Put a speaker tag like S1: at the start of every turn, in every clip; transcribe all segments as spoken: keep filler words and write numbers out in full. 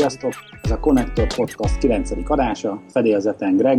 S1: Sziasztok! Ez a Connector Podcast kilencedik adása, fedélzeten Greg,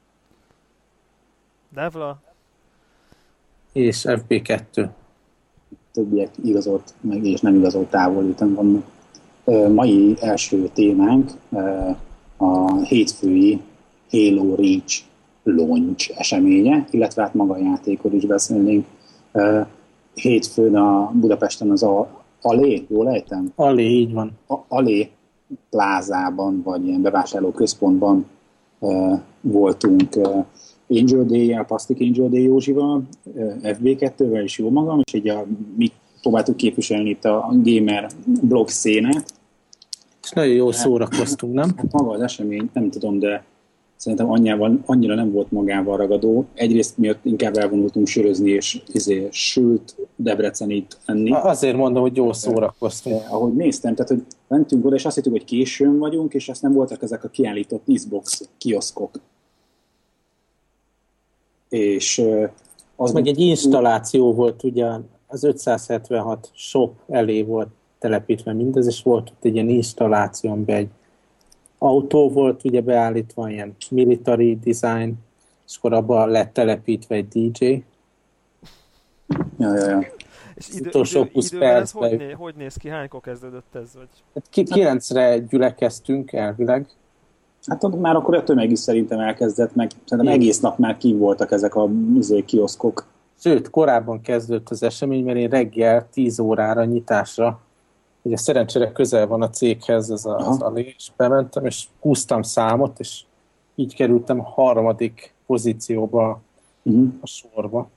S2: Devla
S3: és ef bé kettő.
S1: Többiek igazolt meg és nem igazolt távolítan vannak. Mai első témánk a hétfői Halo Reach launch eseménye, illetve hát maga a játékról is beszélnénk. Hétfőn a Budapesten az a Alé, jól ejtem?
S3: Alé, így van.
S1: A Alé plázában, vagy ilyen bevásárló központban uh, voltunk uh, Angel Day-jel, Plastic Angel Day Józsival, uh, ef bé kettővel és jó magam, és így a, mi próbáltuk képviselni itt a gamer blog szénát.
S3: És nagyon jól szórakoztunk, nem?
S1: Hát maga az esemény, nem tudom, de szerintem annyával, annyira nem volt magával ragadó. Egyrészt miatt inkább elvonultunk sörözni, és izé, sült Debrecenit enni.
S3: Azért mondom, hogy jól szórakoztunk.
S1: De, ahogy néztem, tehát hogy mentünk oda, és azt hittük, hogy későn vagyunk, és azt nem voltak ezek a kiállított Xbox kioszkok. És
S3: az meg egy installáció volt, ugye az ötszázhetvenhat shop elé volt telepítve mindez, és volt ott egy ilyen installáció, amiben egy autó volt ugye beállítva, ilyen military design, és akkor abban lett telepítve egy dé dzsé.
S1: Ja, ja, ja.
S2: És idő, idő, időben ez hogy, né, hogy néz ki? Hánykor kezdődött ez? Vagy?
S3: Hát kilencre gyülekeztünk elvileg.
S1: Hát már akkor a tömeg is szerintem elkezdett, meg szerintem Én. egész nap már kín voltak ezek a izé, kioszkok.
S3: Sőt, korábban kezdődött az esemény, mert én reggel tíz órára nyitásra, ugye szerencsére közel van a céghez ez a, az Alé, és bementem, és húztam számot, és így kerültem a harmadik pozícióba uh-huh. a sorba.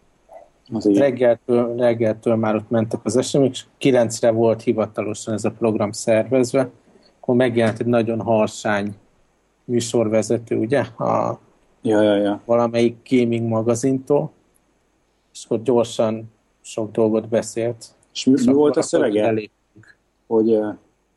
S3: Reggeltől, reggeltől már ott mentek az események, és kilencre volt hivatalosan ez a program szervezve, akkor megjelent egy nagyon harsány műsorvezető, ugye, a
S1: ja, ja, ja.
S3: valamelyik gaming magazintól, és akkor gyorsan sok dolgot beszélt.
S1: És mi, mi volt a szövege? Hogy uh,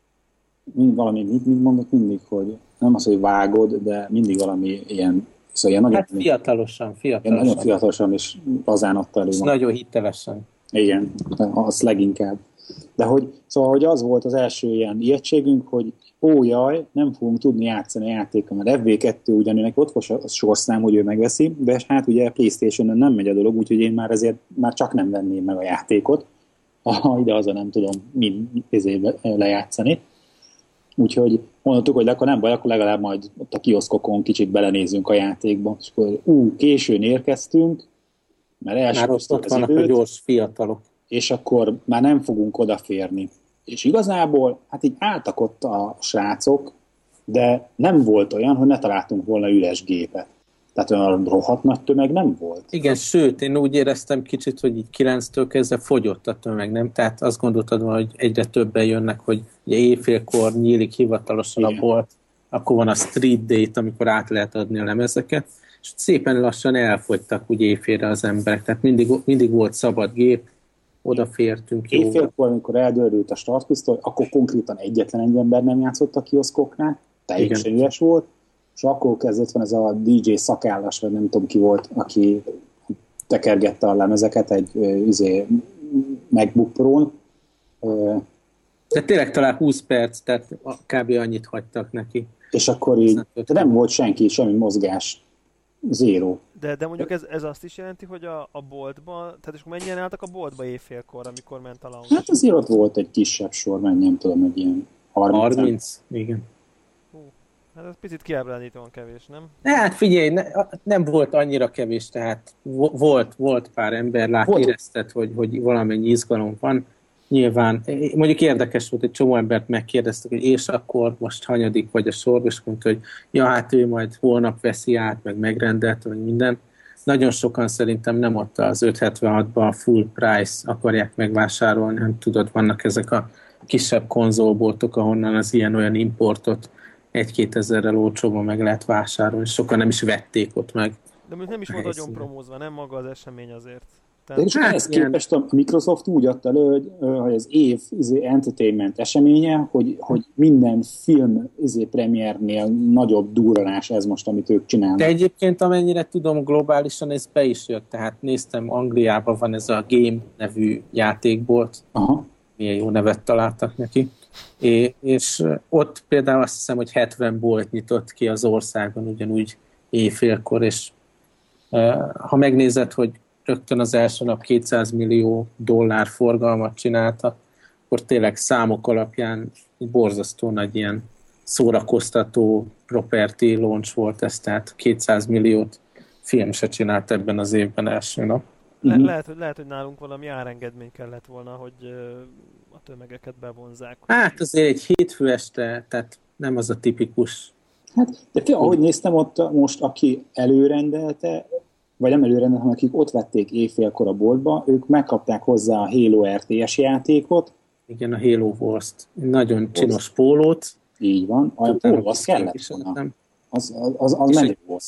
S1: mind valami, mit, mit mondott mindig, hogy nem az, hogy vágod, de mindig valami ilyen, szóval ilyen nagyon...
S3: Hát fiatalosan, fiatalosan.
S1: Nagyon fiatalosan és lazán adta elő.
S3: Nagyon hitelesen.
S1: Igen, az leginkább. De hogy, szóval, hogy az volt az első ilyen ijegységünk, hogy ó jaj, nem fogunk tudni játszani a játékon, mert ef bé kettő ugyanőnek ott volt a sorszám, hogy ő megveszi, de hát ugye PlayStation-on nem megy a dolog, úgyhogy én már ezért már csak nem venném meg a játékot. Ha ide-haza nem tudom mind lejátszani. Úgyhogy mondtuk, hogy akkor nem baj, akkor legalább majd ott a kioszkokon kicsit belenézünk a játékba. És akkor ú, későn érkeztünk, mert elsőztük az időt,
S3: a gyors fiatalok.
S1: És akkor már nem fogunk odaférni. És igazából, hát így álltak ott a srácok, de nem volt olyan, hogy ne találtunk volna üres gépet. Tehát olyan rohadt nagy tömeg nem volt.
S3: Igen, sőt, én úgy éreztem kicsit, hogy így kilenctől kezdve fogyott a tömeg, nem? Tehát azt gondoltad volna, hogy egyre többen jönnek, hogy ugye éjfélkor nyílik hivatalosan Igen. a bolt, akkor van a Street Date, amikor át lehet adni a lemezeket, és szépen lassan elfogytak úgy éjfélre az emberek. Tehát mindig, mindig volt szabad gép, odafértünk.
S1: Éjfélkor, amikor eldőlült a startpisztoly, akkor konkrétan egyetlen egy ember nem játszott a kioszkoknál, teljesen üres volt, és akkor kezdett van ez a dé dzsé szakállas, vagy nem tudom ki volt, aki tekergette a lemezeket egy üzé, MacBook Pro-n.
S3: De tényleg talán húsz perc, tehát kb. Annyit hagytak neki.
S1: És akkor így de nem volt senki, semmi mozgás. Zéro.
S2: De, de mondjuk ez, ez azt is jelenti, hogy a, a boltban, tehát és mennyien álltak a boltba éjfélkor, amikor ment a launch?
S1: Hát azért ott volt egy kisebb sor, mennyi, nem tudom, egy ilyen harminc.
S3: harminc, igen.
S2: Hú, hát ez picit kiábrándítóan kevés, nem?
S3: Hát figyelj, ne, nem volt annyira kevés, tehát volt, volt pár ember, lát, érezted, hogy, hogy valamennyi izgalom van. Nyilván, mondjuk érdekes volt, egy csomó embert megkérdeztek, hogy és akkor most hanyadik vagy a sorba, és mondta, hogy ja, hát ő majd holnap veszi át, meg megrendelte, meg minden. Nagyon sokan szerintem nem ott az ötszázhetvenhatban a full price akarják megvásárolni, nem tudod, vannak ezek a kisebb konzolboltok, ahonnan az ilyen-olyan importot egy-két ezerrel olcsóban meg lehet vásárolni, sokan nem is vették ott meg.
S2: De még nem is volt nagyon promózva, nem maga az esemény azért.
S1: Tehát, és hát ehhez képest a Microsoft úgy adta elő, hogy, hogy az év izé, entertainment eseménye, hogy, hogy minden film izé, premiernél nagyobb durranás ez most, amit ők csinálnak.
S3: De egyébként amennyire tudom, globálisan ez be is jött, tehát néztem, Angliában van ez a Game nevű játékbolt. Aha. Milyen jó nevet találtak neki. É, és ott például azt hiszem, hogy hetven bolt nyitott ki az országban ugyanúgy éjfélkor, és ha megnézed, hogy rögtön az első nap kétszáz millió dollár forgalmat csináltak, akkor tényleg számok alapján egy borzasztó nagy ilyen szórakoztató property launch volt ez, tehát kétszáz milliót film se csinált ebben az évben első nap.
S2: Le- lehet, hogy, lehet, hogy nálunk valami árengedmény kellett volna, hogy a tömegeket bevonzák.
S3: Hát azért egy hétfő este, tehát nem az a tipikus.
S1: Hát, de te, ahogy néztem ott most, aki előrendelte, vagy nem előrendelte, hanem akik ott vették éjfélkor a boltba, ők megkapták hozzá a Halo er té es játékot.
S3: Igen, a Halo Wars-t. Nagyon csinos pólót.
S1: Így van. A póló, az kellett volna. Az, az, az, az menő volt.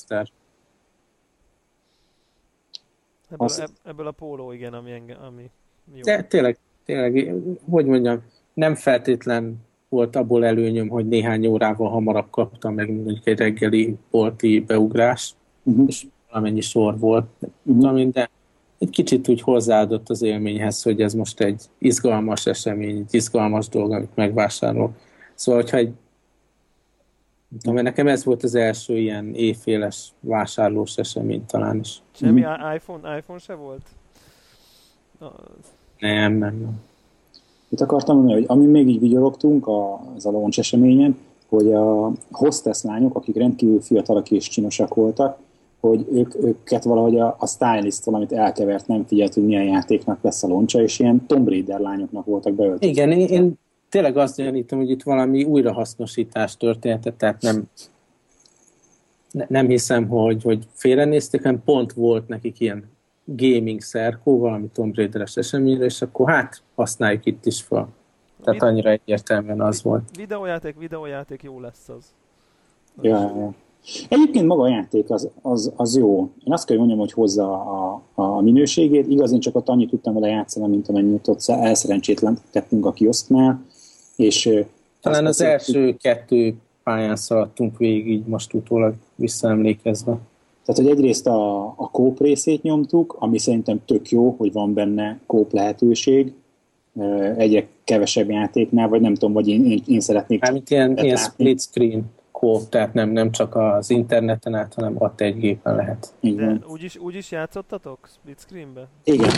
S2: Ebből, az... ebből a póló, igen, ami, enge, ami jó.
S3: De tényleg, tényleg, hogy mondjam, nem feltétlen volt abból előnyöm, hogy néhány órával hamarabb kaptam meg mondjuk egy reggeli bolti beugrás, uh-huh. és valamennyi sor volt. Uh-huh. De egy kicsit úgy hozzáadott az élményhez, hogy ez most egy izgalmas esemény, egy izgalmas dolog, amit megvásárolok. Szóval, hogyha egy tudom, nekem ez volt az első ilyen éjféles vásárlós esemény talán is.
S2: Semmi mm. iPhone, iPhone se volt?
S3: Az... Nem, nem, nem.
S1: Itt akartam mondani, hogy amin még így vigyorogtunk az a launch eseményen, hogy a hostess lányok, akik rendkívül fiatalak és csinosak voltak, hogy ők, őket valahogy a, a stylist valamit elkevert, nem figyelt, hogy milyen játéknak lesz a launcha, és ilyen Tomb Raider lányoknak voltak beöltözve.
S3: Igen, én, én tényleg azt gyanítom, hogy itt valami újrahasznosítás történt, tehát nem, ne, nem hiszem, hogy, hogy félrenézték, hanem pont volt nekik ilyen gaming szerkó, valami Tomb Raider-es eseményre, és akkor hát használjuk itt is fel. Tehát annyira egyértelműen az volt.
S2: Videójáték, videójáték jó lesz az.
S1: Ja, ja. Egyébként maga a játék az, az, az jó. Én azt kell mondjam, hogy hozza a, a minőségét. Igaz, én csak ott annyit tudtam vele játszani, mint amennyit ott elszerencsétlenkedtünk a kioszknál. És
S3: talán az, az első hogy... kettő pályán szaladtunk végig, így most utólag visszaemlékezve.
S1: Tehát, hogy egyrészt a, a kóp részét nyomtuk, ami szerintem tök jó, hogy van benne kóp lehetőség, egyre kevesebb játéknál, vagy nem tudom, vagy én, én, én szeretnék...
S3: Mármint ilyen, ilyen split screen kóp, tehát nem, nem csak az interneten át, hanem ott egy gépen lehet.
S2: De úgyis, úgyis játszottatok split screenbe?
S1: Igen.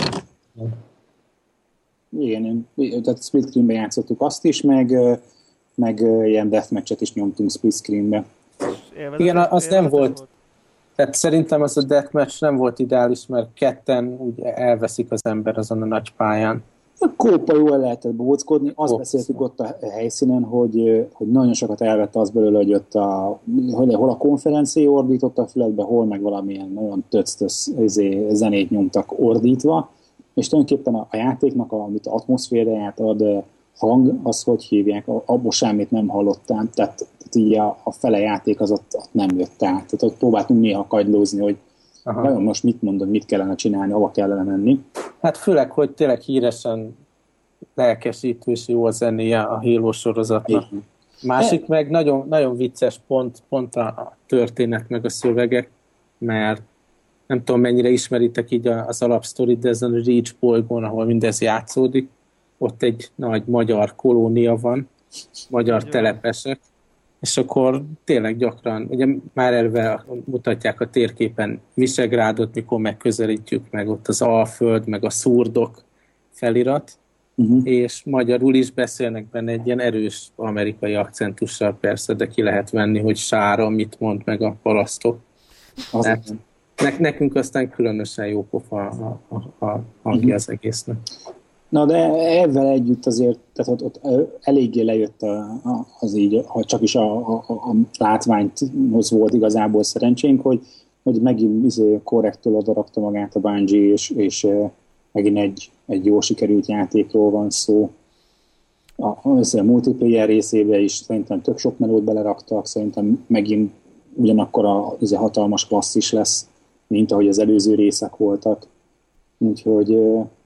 S1: Igen, Igen tehát split screenbe játszottuk azt is, meg, meg ilyen deathmatchet is nyomtunk split screenbe.
S3: Igen, az nem volt. volt. Tehát szerintem az a deathmatch nem volt ideális, mert ketten úgy elveszik az ember azon a nagy pályán.
S1: A kópa jól lehetett bóckodni, azt Kópa. beszéltük ott a helyszínen, hogy, hogy nagyon sokat elvette az belőle, hogy ott a, hogy hol a konferencia ordított a füledbe, hol meg valamilyen nagyon töctös zenét nyomtak ordítva, és tulajdonképpen a, a játéknak, a, amit atmoszféráját ad hang, az hogy hívják, abból semmit nem hallottál, tehát, tehát így a, a fele játék az ott, ott nem jött át. Tehát ott próbáltunk néha kagylózni, hogy Aha. vajon most mit mondod, mit kellene csinálni, hova kellene menni.
S3: Hát főleg, hogy tényleg híresen lelkesítő és jó a zenéje a Halo sorozatnak. Igen. Másik e... meg nagyon, nagyon vicces pont, pont a történet meg a szövegek, mert nem tudom mennyire ismeritek így az alapsztorit, de ezen a Reach bolygón, ahol mindez játszódik, ott egy nagy magyar kolónia van, magyar jó. telepesek, és akkor tényleg gyakran, ugye már elve mutatják a térképen Visegrádot, mikor megközelítjük meg ott az Alföld, meg a Szurdok felirat, uh-huh. és magyarul is beszélnek benne egy ilyen erős amerikai akcentussal persze, de ki lehet venni, hogy sára mit mond meg a palasztok. Hát, ne, nekünk aztán különösen jó pofa a, a, a hangja uh-huh. az egésznek.
S1: Na de ezzel együtt azért, tehát ott, ott eléggé lejött a, a, az így, ha csak is a, a, a látványhoz volt igazából szerencsénk, hogy, hogy megint izé, korrektül odarakta magát a Bungie, és, és megint egy, egy jó sikerült játékról van szó. A, a multiplayer részébe is szerintem tök sok melót beleraktak, szerintem megint ugyanakkor a izé, hatalmas klasszis lesz, mint ahogy az előző részek voltak. Úgyhogy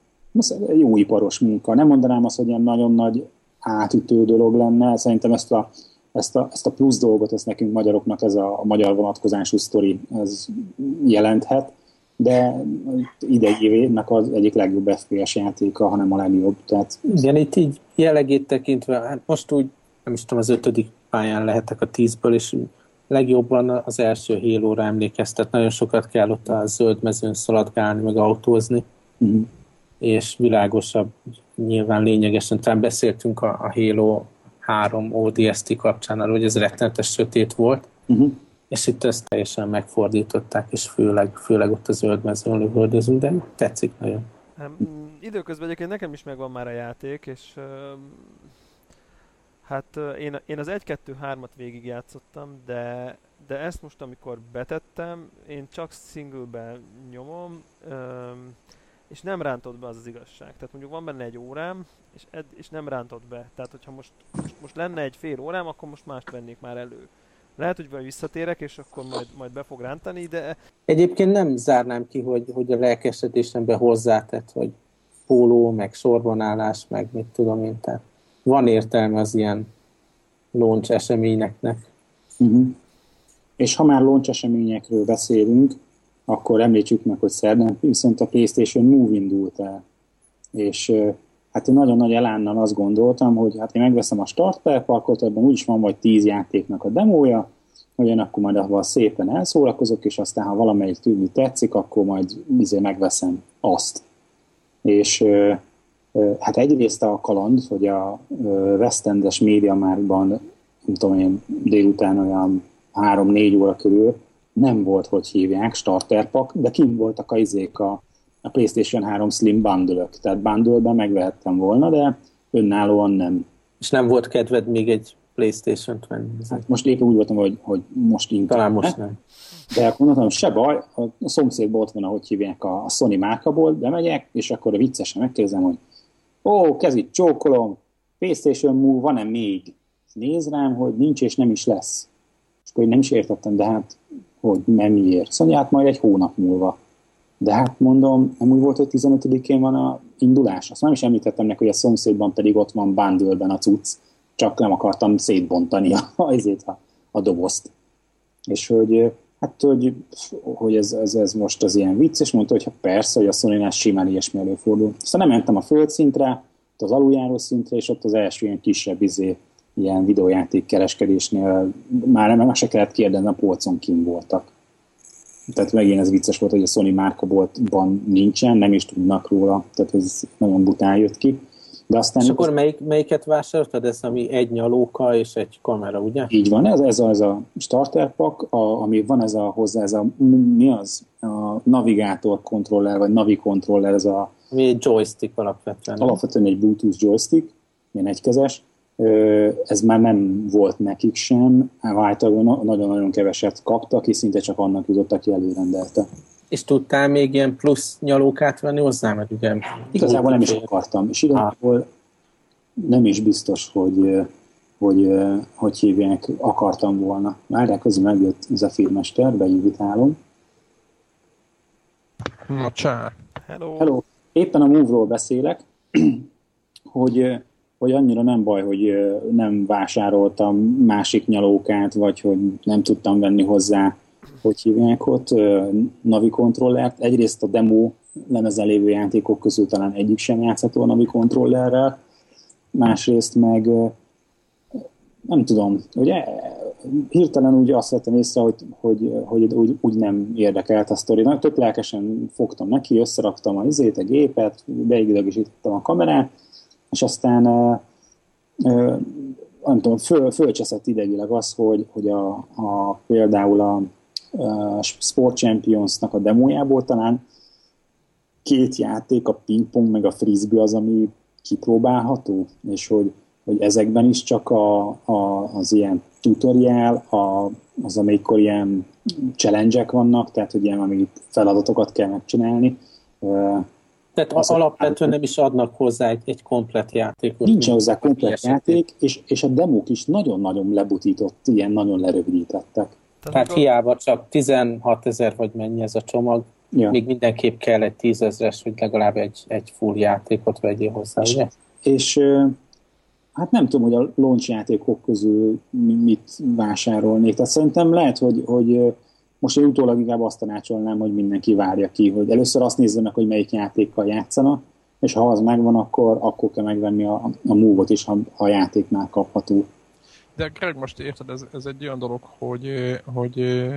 S1: ez egy jó iparos munka. Nem mondanám azt, hogy ilyen nagyon nagy átütő dolog lenne. Szerintem ezt a, ezt a, ezt a plusz dolgot, ezt nekünk magyaroknak ez a, a magyar vonatkozású sztori ez jelenthet, de idei évnek az egyik legjobb ef pé es játéka, hanem a legjobb. Tehát...
S3: Igen, itt így jellegét tekintve, hát most úgy, nem is tudom, az ötödik pályán lehetek a tízből, és legjobban az első Halo-ra emlékeztet. Nagyon sokat kell ott a zöld mezőn szaladgálni, meg autózni, mm. és világosabb, nyilván lényegesen. Talán beszéltünk a, a Halo három o dé es té kapcsán, hogy ez rettenetes sötét volt, mm-hmm. és itt ezt teljesen megfordították, és főleg, főleg ott a zöld mezőn lövöldözünk, de tetszik nagyon.
S2: Nem, időközben egyébként nekem is megvan már a játék, és uh, hát uh, én, én az egy kettő hármat végigjátszottam, de, de ezt most, amikor betettem, én csak singleben nyomom, um, és nem rántott be, az az igazság. Tehát mondjuk van benne egy órám, és, ed, és nem rántott be. Tehát, hogyha most, most, most lenne egy fél órám, akkor most mást vennék már elő. Lehet, hogy majd visszatérek, és akkor majd, majd be fog rántani, de...
S3: Egyébként nem zárnám ki, hogy, hogy a lelkesedésembe hozzátett, hogy póló, meg sorbanállás, meg mit tudom én. Tehát van értelme az ilyen launch eseményeknek.
S1: Uh-huh. És ha már launch eseményekről beszélünk, akkor említsük meg, hogy szerdán viszont a PlayStation Move indult el. És hát én nagyon nagy elánnal azt gondoltam, hogy hát én megveszem a Starter Packot, ebben úgyis van vagy tíz játéknak a demója, hogy akkor majd abban szépen elszórakozok, és aztán ha valamelyik tűnni tetszik, akkor majd izé megveszem azt. És hát egyrészt a kaland, hogy a West End-es MediaMarktban, nem tudom én, délután olyan három-négy óra körül nem volt, hogy hívják, Starter Pack, de kint voltak a izék a a PlayStation három Slim bundle-ök. Tehát bundle-ben megvehettem volna, de önállóan nem.
S3: És nem volt kedved még egy PlayStation-t venni?
S1: Hát most éppen úgy voltam, hogy, hogy most inkább.
S3: Talán most nem.
S1: De akkor mondtam, se baj, a szomszédból ott van, ahogy hívják a Sony márkaból, bemegyek, és akkor a viccesen megkérdezem, hogy ó, kezit csókolom, PlayStation Move van-e még? Nézd rám, hogy nincs és nem is lesz. És akkor én nem is értettem, de hát, hogy nem miért. Szóval hát majd egy hónap múlva. De hát mondom, nem úgy volt, hogy tizenötödikén van a indulás. Azt nem is említettem neki, hogy a szomszédban pedig ott van bundle-ben a cucc, csak nem akartam szétbontani a, a, a dobozt. És hogy, hát, hogy, hogy ez, ez, ez most az ilyen vicc, és mondta, hogy ha persze, hogy a Sony-nál simán ilyesmi előfordul. Aztán nem mentem a földszintre, az aluljáró szintre, és ott az első ilyen kisebb izé, ilyen videójáték kereskedésnél már nem se kellett kérdezni, a polcon kim voltak. Tehát megint ez vicces volt, hogy a Sony márkaboltban nincsen, nem is tudnak róla, tehát ez nagyon bután jött ki. De aztán
S3: és akkor az... melyik, melyiket vásároltad? Ez, ami egy nyalóka és egy kamera, ugye?
S1: Így van, ez, ez, a, ez a starter pack, a, ami van ez a hozzá, ez a, mi az? A navigátor kontroller, vagy navi kontroller, ez a...
S3: Mi egy joystick alapvetően.
S1: Alapvetően egy Bluetooth joystick, ilyen egykezes. Ez már nem volt nekik sem, általában nagyon-nagyon keveset kaptak, és szinte csak annak jutott, aki előrendelte.
S3: És tudtál még ilyen plusz nyalókát venni hozzá, mert ugye...
S1: Igazából nem is akartam, és igazából nem is biztos, hogy hogy, hogy hívják, akartam volna. Várják, közben megjött ez a filmmester, bejövítálom.
S4: Na csá!
S2: Hello!
S1: Hello! Éppen a Move-ról beszélek, hogy hogy annyira nem baj, hogy nem vásároltam másik nyalókát, vagy hogy nem tudtam venni hozzá, hogy hívják ott, Navi kontrollert. Egyrészt a demo lemezen lévő játékok közül talán egyik sem játszható a Navi kontrollerrel, másrészt meg nem tudom, ugye hirtelen úgy azt vettem észre, hogy, hogy, hogy úgy, úgy nem érdekelt a sztori. Tök lelkesen fogtam neki, összeraktam a izét, a gépet, beigidegítettem a kamerát, és aztán uh, uh, nem tudom, föl, fölcseszett idegileg az, hogy, hogy a, a, például a, a Sport Champions-nak a demójából talán két játék, a pingpong meg a frisbee az, ami kipróbálható, és hogy, hogy ezekben is csak a, a, az ilyen tutoriál, a, az, amikor ilyen challenge-ek vannak, tehát hogy ilyen, amíg feladatokat kell megcsinálni. Uh,
S3: Tehát az alapvetően nem is adnak hozzá egy, egy komplet játékot.
S1: Nincs hozzá komplet játék, és, és a demók is nagyon-nagyon lebutított, ilyen nagyon lerövidítettek.
S3: Tehát hiába csak tizenhatezer vagy mennyi ez a csomag, ja. Még mindenképp kell egy tízezres, hogy legalább egy, egy full játékot vegyél hozzá,
S1: és,
S3: ugye?
S1: És hát nem tudom, hogy a launch játékok közül mit vásárolnék. Tehát szerintem lehet, hogy, hogy most én utólag inkább azt tanácsolnám, hogy mindenki várja ki, hogy először azt nézze meg, hogy melyik játékkal játszanak, és ha az megvan, akkor, akkor kell megvenni a, a move-ot is, ha, ha a játéknál kapható.
S4: De Greg, most érted, ez, ez egy olyan dolog, hogy, hogy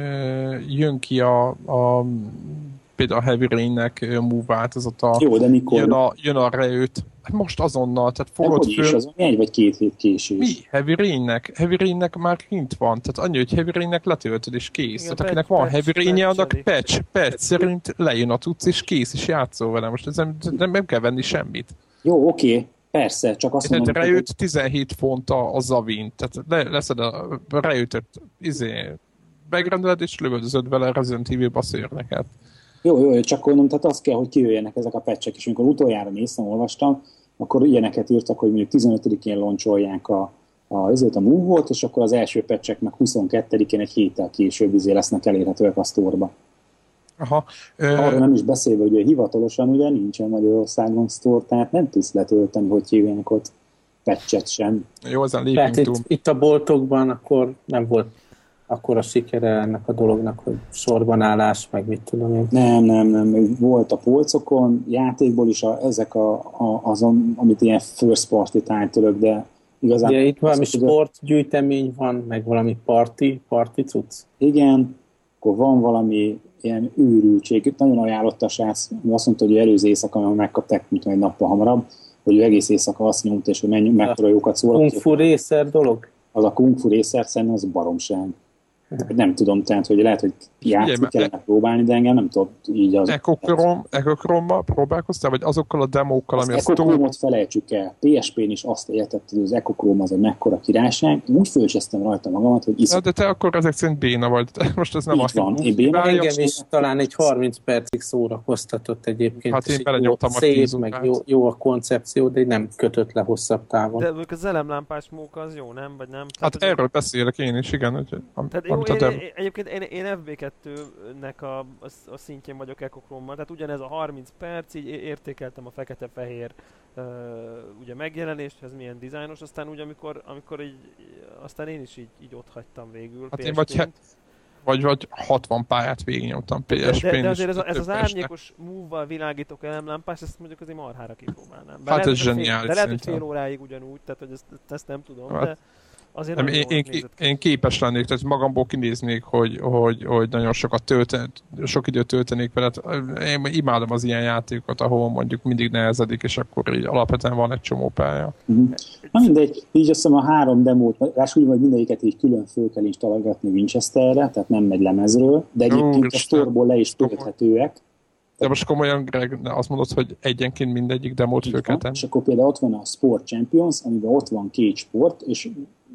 S4: jön ki a, a például a Heavy Rain-nek move változata.
S1: Jó, de mikor?
S4: Jön a, jön a Reut. Most azonnal, tehát fogod
S1: föl... is, az egy vagy két hét késés.
S4: Mi? Heavy Rain-nek? Heavy Rain-nek már kint van. Tehát annyi, hogy Heavy Rain-nek letöltöd és kész. Igen, tehát akinek van Heavy Rain-je, annak patch, patch szerint lejön a cucc és kész, és játszol vele. Most ez nem, nem, nem kell venni semmit.
S1: Jó, oké. Okay. Persze, csak azt mondom,
S4: hogy... Reut tizenhét font a, a Zavin. Tehát le, leszed a Reutet, izé, megrendeled és lövöldözöd vele Resident Evil-be a szőrneket.
S1: Jó, jó, csak mondom, tehát az kell, hogy kijöjjenek ezek a patchek, és amikor utoljára néztem, olvastam, akkor ilyeneket írtak, hogy mondjuk tizenötödikén launcholják a, a, ezért a Move-ot, és akkor az első patchek meg huszonkettedikén egy héttel később izé lesznek elérhetőek a sztorba.
S4: Aha. Ö...
S1: Arra nem is beszélve, hogy hivatalosan ugye nincsen Magyarországon sztor, tehát nem tudsz letölteni, hogy hívják ott patchet sem.
S4: Jó, ezen lépjünk túl.
S3: Itt, itt a boltokban akkor nem volt akkor a sikere ennek a dolognak, hogy sorban állás, meg mit tudom én.
S1: Nem, nem, nem. Volt a polcokon, játékból is a, ezek a, a, azon, amit ilyen first party tájtörök, de igazán...
S3: Ugye itt valami sportgyűjtemény van, meg valami party, party cucc.
S1: Igen, akkor van valami ilyen őrültség. Nagyon ajánlott a srác, azt mondta, hogy előző éjszaka, amikor megkapták, mint egy nappal hamarabb, hogy ő egész éjszaka azt nyomta, és hogy mennyi, mekkora jókat szórakozott.
S3: Kung Fu Racer dolog?
S1: Az a Kung Fu Racer szerintem az baromság. Nem tudom, tehát, hogy lehet, hogy játszik, kellene próbálni, de engem nem tudod így az...
S4: Ecochrome-mal próbálkoztál, vagy azokkal a demókkal, ami
S1: az
S4: a
S1: Ecochrome-ot felejtsük el. pé es pén is azt értetted, hogy az Ecochrome az egy mekkora királyság. Úgy fölcsesztem rajta magamat, hogy iszok.
S4: De te akkor ezek szerint béna vagy. Most ez nem
S1: így van. Én béna
S3: engem is talán egy harminc percig szórakoztatott egyébként.
S4: Hát én belenyomtam a
S3: szép, meg jó, jó a koncepció, de nem kötött le hosszabb távon.
S2: De az elemlámpás móka az jó, nem? Vagy nem?
S4: Hát tehát, erről beszélek én is, igen. Hogy, am,
S2: tehát jó, én, én, egyébként én, én ef bé kettőnek a, a, a szintjén vagyok Ecochrome-mal, tehát ugyanez a harminc perc, így értékeltem a fekete-fehér uh, ugye megjelenést, ez milyen dizájnos, aztán úgy, amikor, amikor így, aztán én is így, így ott hagytam végül.
S4: Hát én vagy, he, vagy, vagy hatvan pályát végignyomtam pé es pén.
S2: De, de azért ez, ez az árnyékos move-val világítok elemlámpás, ezt mondjuk azért marhára kipróbálnám.
S4: Bár hát lehet, ez zseniális.
S2: De lehet, hogy fél óráig ugyanúgy, tehát hogy ezt, ezt nem tudom, hát. De azért
S4: nem, én, én, én képes lennék, tehát magamból kinéznék, hogy, hogy, hogy nagyon sokat tölten, sok időt töltenék vele. Én imádom az ilyen játékokat, ahol mondjuk mindig nehezedik, és akkor így alapvetően van egy csomó pálya.
S1: Mm-hmm. Na mindegy, így azt hiszem a három demót, rás úgy, hogy mindegyiket így külön föl kell instalálgatni Winchesterre, tehát nem megy lemezről, de egyébként Ú, a sztorból le is tölthetőek.
S4: De most komolyan, Greg, azt mondod, hogy egyenként mindegyik demót föl kell tenni?
S1: És akkor például ott van a Sport Champions, amiben ott van két sport, és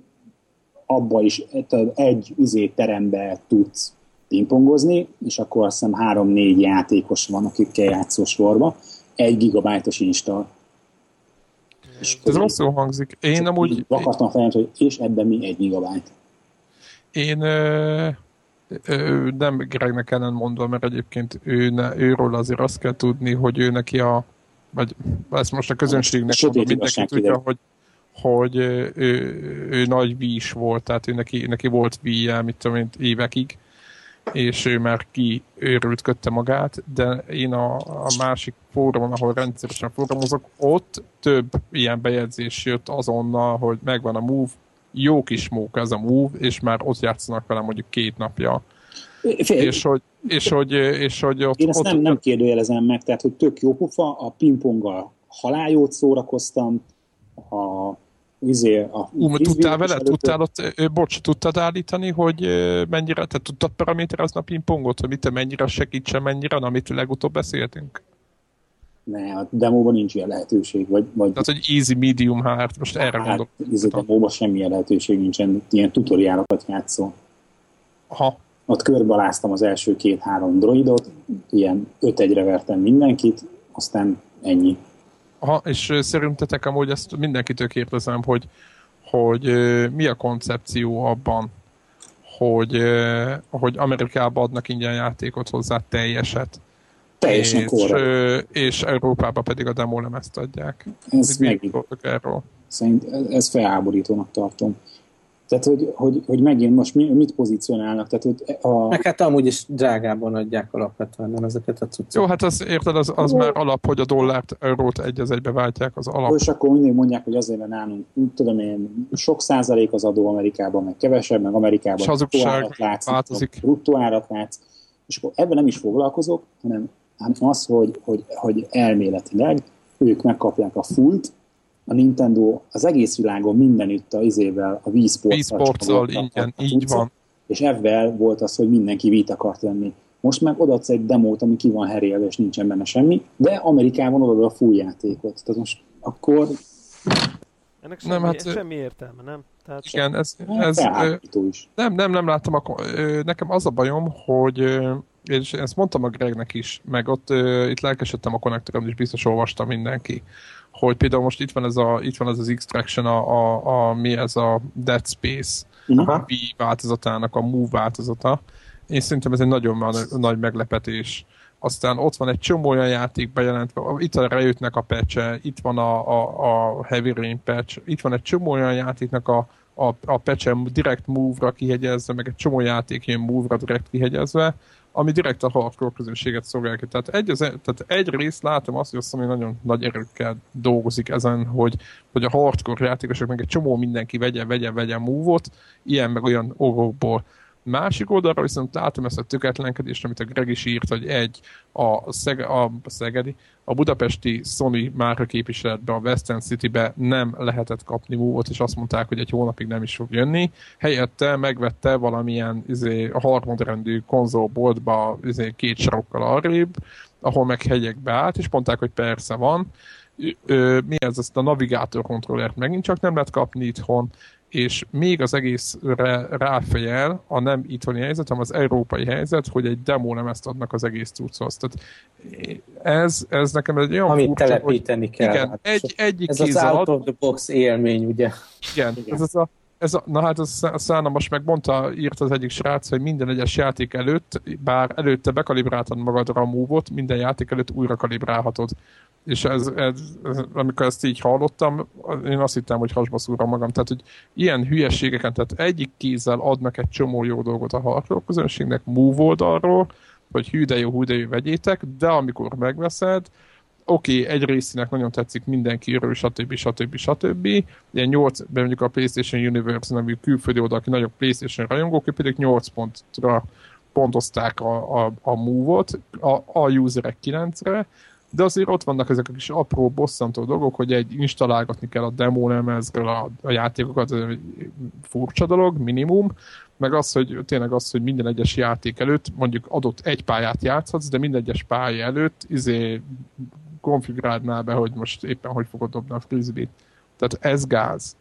S1: abba is egy izé terembe tudsz pingpongozni, és akkor azt hiszem három-négy játékos van, akikkel játszol sorba. Egy gigabájtos install.
S4: Ez rosszul hangzik. Én amúgy...
S1: Akartam feljelent, hogy és ebben mi egy gigabájt.
S4: Én ö, ö, nem Gregnek ellen mondom, mert egyébként ő ne, őről azért azt kell tudni, hogy ő neki a... Vagy ezt most a közönségnek mondom, mindenki tudja, hogy hogy ő, ő, ő nagy Wii-s volt, tehát ő neki, neki volt Wii-je, mit tudom én, évekig, és ő már kiőrültködte magát, de én a, a másik fórumon, ahol rendszeresen fórumozok, ott több ilyen bejegyzés jött azonnal, hogy megvan a Move, jó kis móka ez a Move, és már ott játszanak vele mondjuk két napja. Fél. És hogy, és hogy, és hogy ott...
S1: Én ezt
S4: ott,
S1: nem, nem kérdőjelezem meg, tehát hogy tök jó pufa, a pingponggal haláljót szórakoztam, a izé, a
S4: Ú, tudtál vele? Tudtál ott, bocs, tudtad állítani, hogy mennyire, te tudtad paraméterezni a pingpongot, hogy mit mennyire segítsen, mennyire, amit legutóbb beszéltünk?
S1: Ne, a demóban nincs ilyen lehetőség. Vagy, vagy
S4: tehát, hogy easy, medium, hard, most erre hát, gondolok.
S1: Ez a demóban semmilyen lehetőség nincsen, ilyen tutoriálokat játszol.
S4: Aha.
S1: Ott körbealáztam az első két-három droidot, ilyen öt egyre vertem mindenkit, aztán ennyi.
S4: Aha, és szerintetek amúgy ezt mindenkitől kérdezem, hogy, hogy mi a koncepció abban, hogy, hogy Amerikában adnak ingyen játékot hozzá teljeset.
S1: Teljesen
S4: és, és Európában pedig a demólemezt adják.
S1: Ez
S4: mit gondoltok erről?
S1: Szerint ez felháborítónak tartom. Tehát, hogy, hogy, hogy megint most mi, mit pozícionálnak? Tehát, hogy a...
S3: Meg hát amúgy is drágában adják alapvetően, nem ezeket a cuccokat.
S4: Jó, hát az, érted, az, az már alap, hogy a dollárt, eurót egy az egybe váltják, az alap.
S1: És akkor mindig mondják, hogy azért, mert nálunk, tudom én, sok százalék az adó Amerikában, meg kevesebb, meg Amerikában
S4: hazugság
S1: változik. Bruttó árat látsz. És akkor ebben nem is foglalkozok, hanem, hanem az, hogy, hogy, hogy elméletileg ők megkapják a fullt, a Nintendo az egész világon mindenütt a izével, a Wii
S4: Sportszal, ingyen, így van.
S1: És ebben volt az, hogy mindenki Wii-t akart venni. Most meg odaadsz egy demót, ami ki van herélve, és nincsen benne semmi, de Amerikában odaadod a full játékot. Tehát most akkor...
S2: Ennek semmi, nem, hát, semmi értelme, nem? Tehát
S4: igen, ez... ez
S1: is.
S4: Nem, nem, nem láttam. Akkor, nekem az a bajom, hogy... És ezt mondtam a Gregnek is, meg ott itt lelkesedtem a konnektoron, és biztos olvastam mindenki, hogy például most itt van ez, a, itt van ez az Extraction, a, a, a, mi ez a Dead Space uh-huh. a Wii változatának, a Move változata. Én szerintem ez egy nagyon nagy meglepetés. Aztán ott van egy csomó olyan játék bejelentve, itt a Riotnek a patch-e, itt van a, a, a Heavy Rain patch, itt van egy csomó olyan játéknak a, a, a patch-e direct Move-ra kihegyezve, meg egy csomó játék ilyen Move-ra direkt kihegyezve, ami direkt a hardcore közönséget szolgálja ki. Tehát, egy, tehát egyrészt látom azt, hogy a Sony nagyon nagy erőkkel dolgozik ezen, hogy, hogy a hardcore játékosok meg egy csomó mindenki vegye, vegye, vegye move-ot, ilyen meg olyan orrokból. Másik oldalra viszont látom ezt a tökéletlenkedést, amit a Greg is írt, hogy egy, a, Szeg- a Szegedi, a budapesti Sony márka képviseletben, a Western City-be nem lehetett kapni move-ot, és azt mondták, hogy egy hónapig nem is fog jönni. Helyette megvette valamilyen izé, a harmadrendű konzolboltba izé, két sarokkal arrébb, ahol meg hegyekbe állt, és mondták, hogy persze van. Ö, mi ez? Ezt a navigátor kontrollert megint csak nem lehet kapni itthon, és még az egészre ráfejel a nem itthoni helyzet, hanem az európai helyzet, hogy egy demo nem ezt adnak az egész cucchoz. Tehát ez, ez nekem egy olyan
S3: amit
S4: furcsa,
S3: telepíteni
S4: hogy,
S3: kell.
S4: Igen,
S3: hát
S4: egy, egyik
S3: ez az out of the box élmény, ugye?
S4: Igen, igen. Ez az a, ez a, na hát az Szána most megmondta, írt az egyik srác, hogy minden egyes játék előtt, bár előtte bekalibráltad magadra a move-ot, minden játék előtt újra kalibrálhatod. És ez, ez, ez, amikor ezt így hallottam, én azt hittem, hogy hasba szúrom magam. Tehát, hogy ilyen hülyeségeken, tehát egyik kézzel adnak egy csomó jó dolgot a hardcore közönségnek, move oldalról, hogy hű de jó, hű de jó, vegyétek, de amikor megveszed, oké, okay, egy részének nagyon tetszik mindenki, örül, stb. stb. stb. Ilyen nyolc, mondjuk a PlayStation Universe nevű külföldi oldal, aki nagyobb PlayStation rajongók, pedig nyolc pontra pontozták a, a, a move-ot, a, a userek kilencre, de azért ott vannak ezek a kis apró, bosszantó dolgok, hogy egy installálgatni kell a demólemezről a, a játékokat, furcsa dolog, minimum, meg az, hogy tényleg az, hogy minden egyes játék előtt mondjuk adott egy pályát játszhatsz, de minden egyes pálya előtt izé konfigurálnál be, hogy most éppen hogy fogod dobni a frisbee-t. Tehát ez gáz.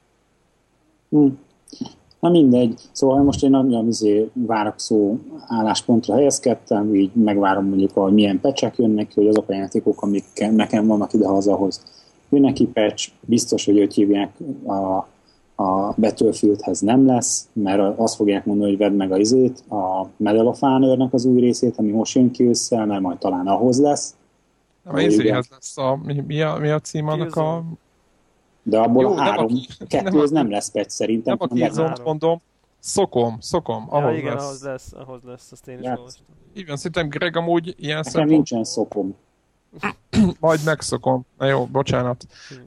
S1: Hmm. Na mindegy. Szóval most én nagyon izé várakszó álláspontra helyezkedtem, így megvárom mondjuk, hogy milyen patch-ek jönnek, hogy azok a játékok, amik nekem vannak idehazahoz. Jönnek ki patch, biztos, hogy őt hívják a, a Battlefieldhez nem lesz, mert azt fogják mondani, hogy vedd meg a izét, a Medal of Honor-nak az új részét, ami most jön ki össze, mert majd talán ahhoz lesz.
S4: Nem, izéhez lesz a, mi, mi, a, mi a cím annak a...
S1: De abból jó, a három, nem a kettőhöz nem, nem lesz patch szerintem.
S4: Nem a Killzone-t mondom, szokom, szokom, ahhoz
S2: ja, igen,
S4: lesz.
S2: ahhoz lesz, ahhoz lesz, azt én is
S1: ja.
S2: olvastam.
S4: Igen, szerintem Greg amúgy ilyen
S1: Nekem szempont... nincsen szokom.
S4: Majd megszokom. Na jó, bocsánat.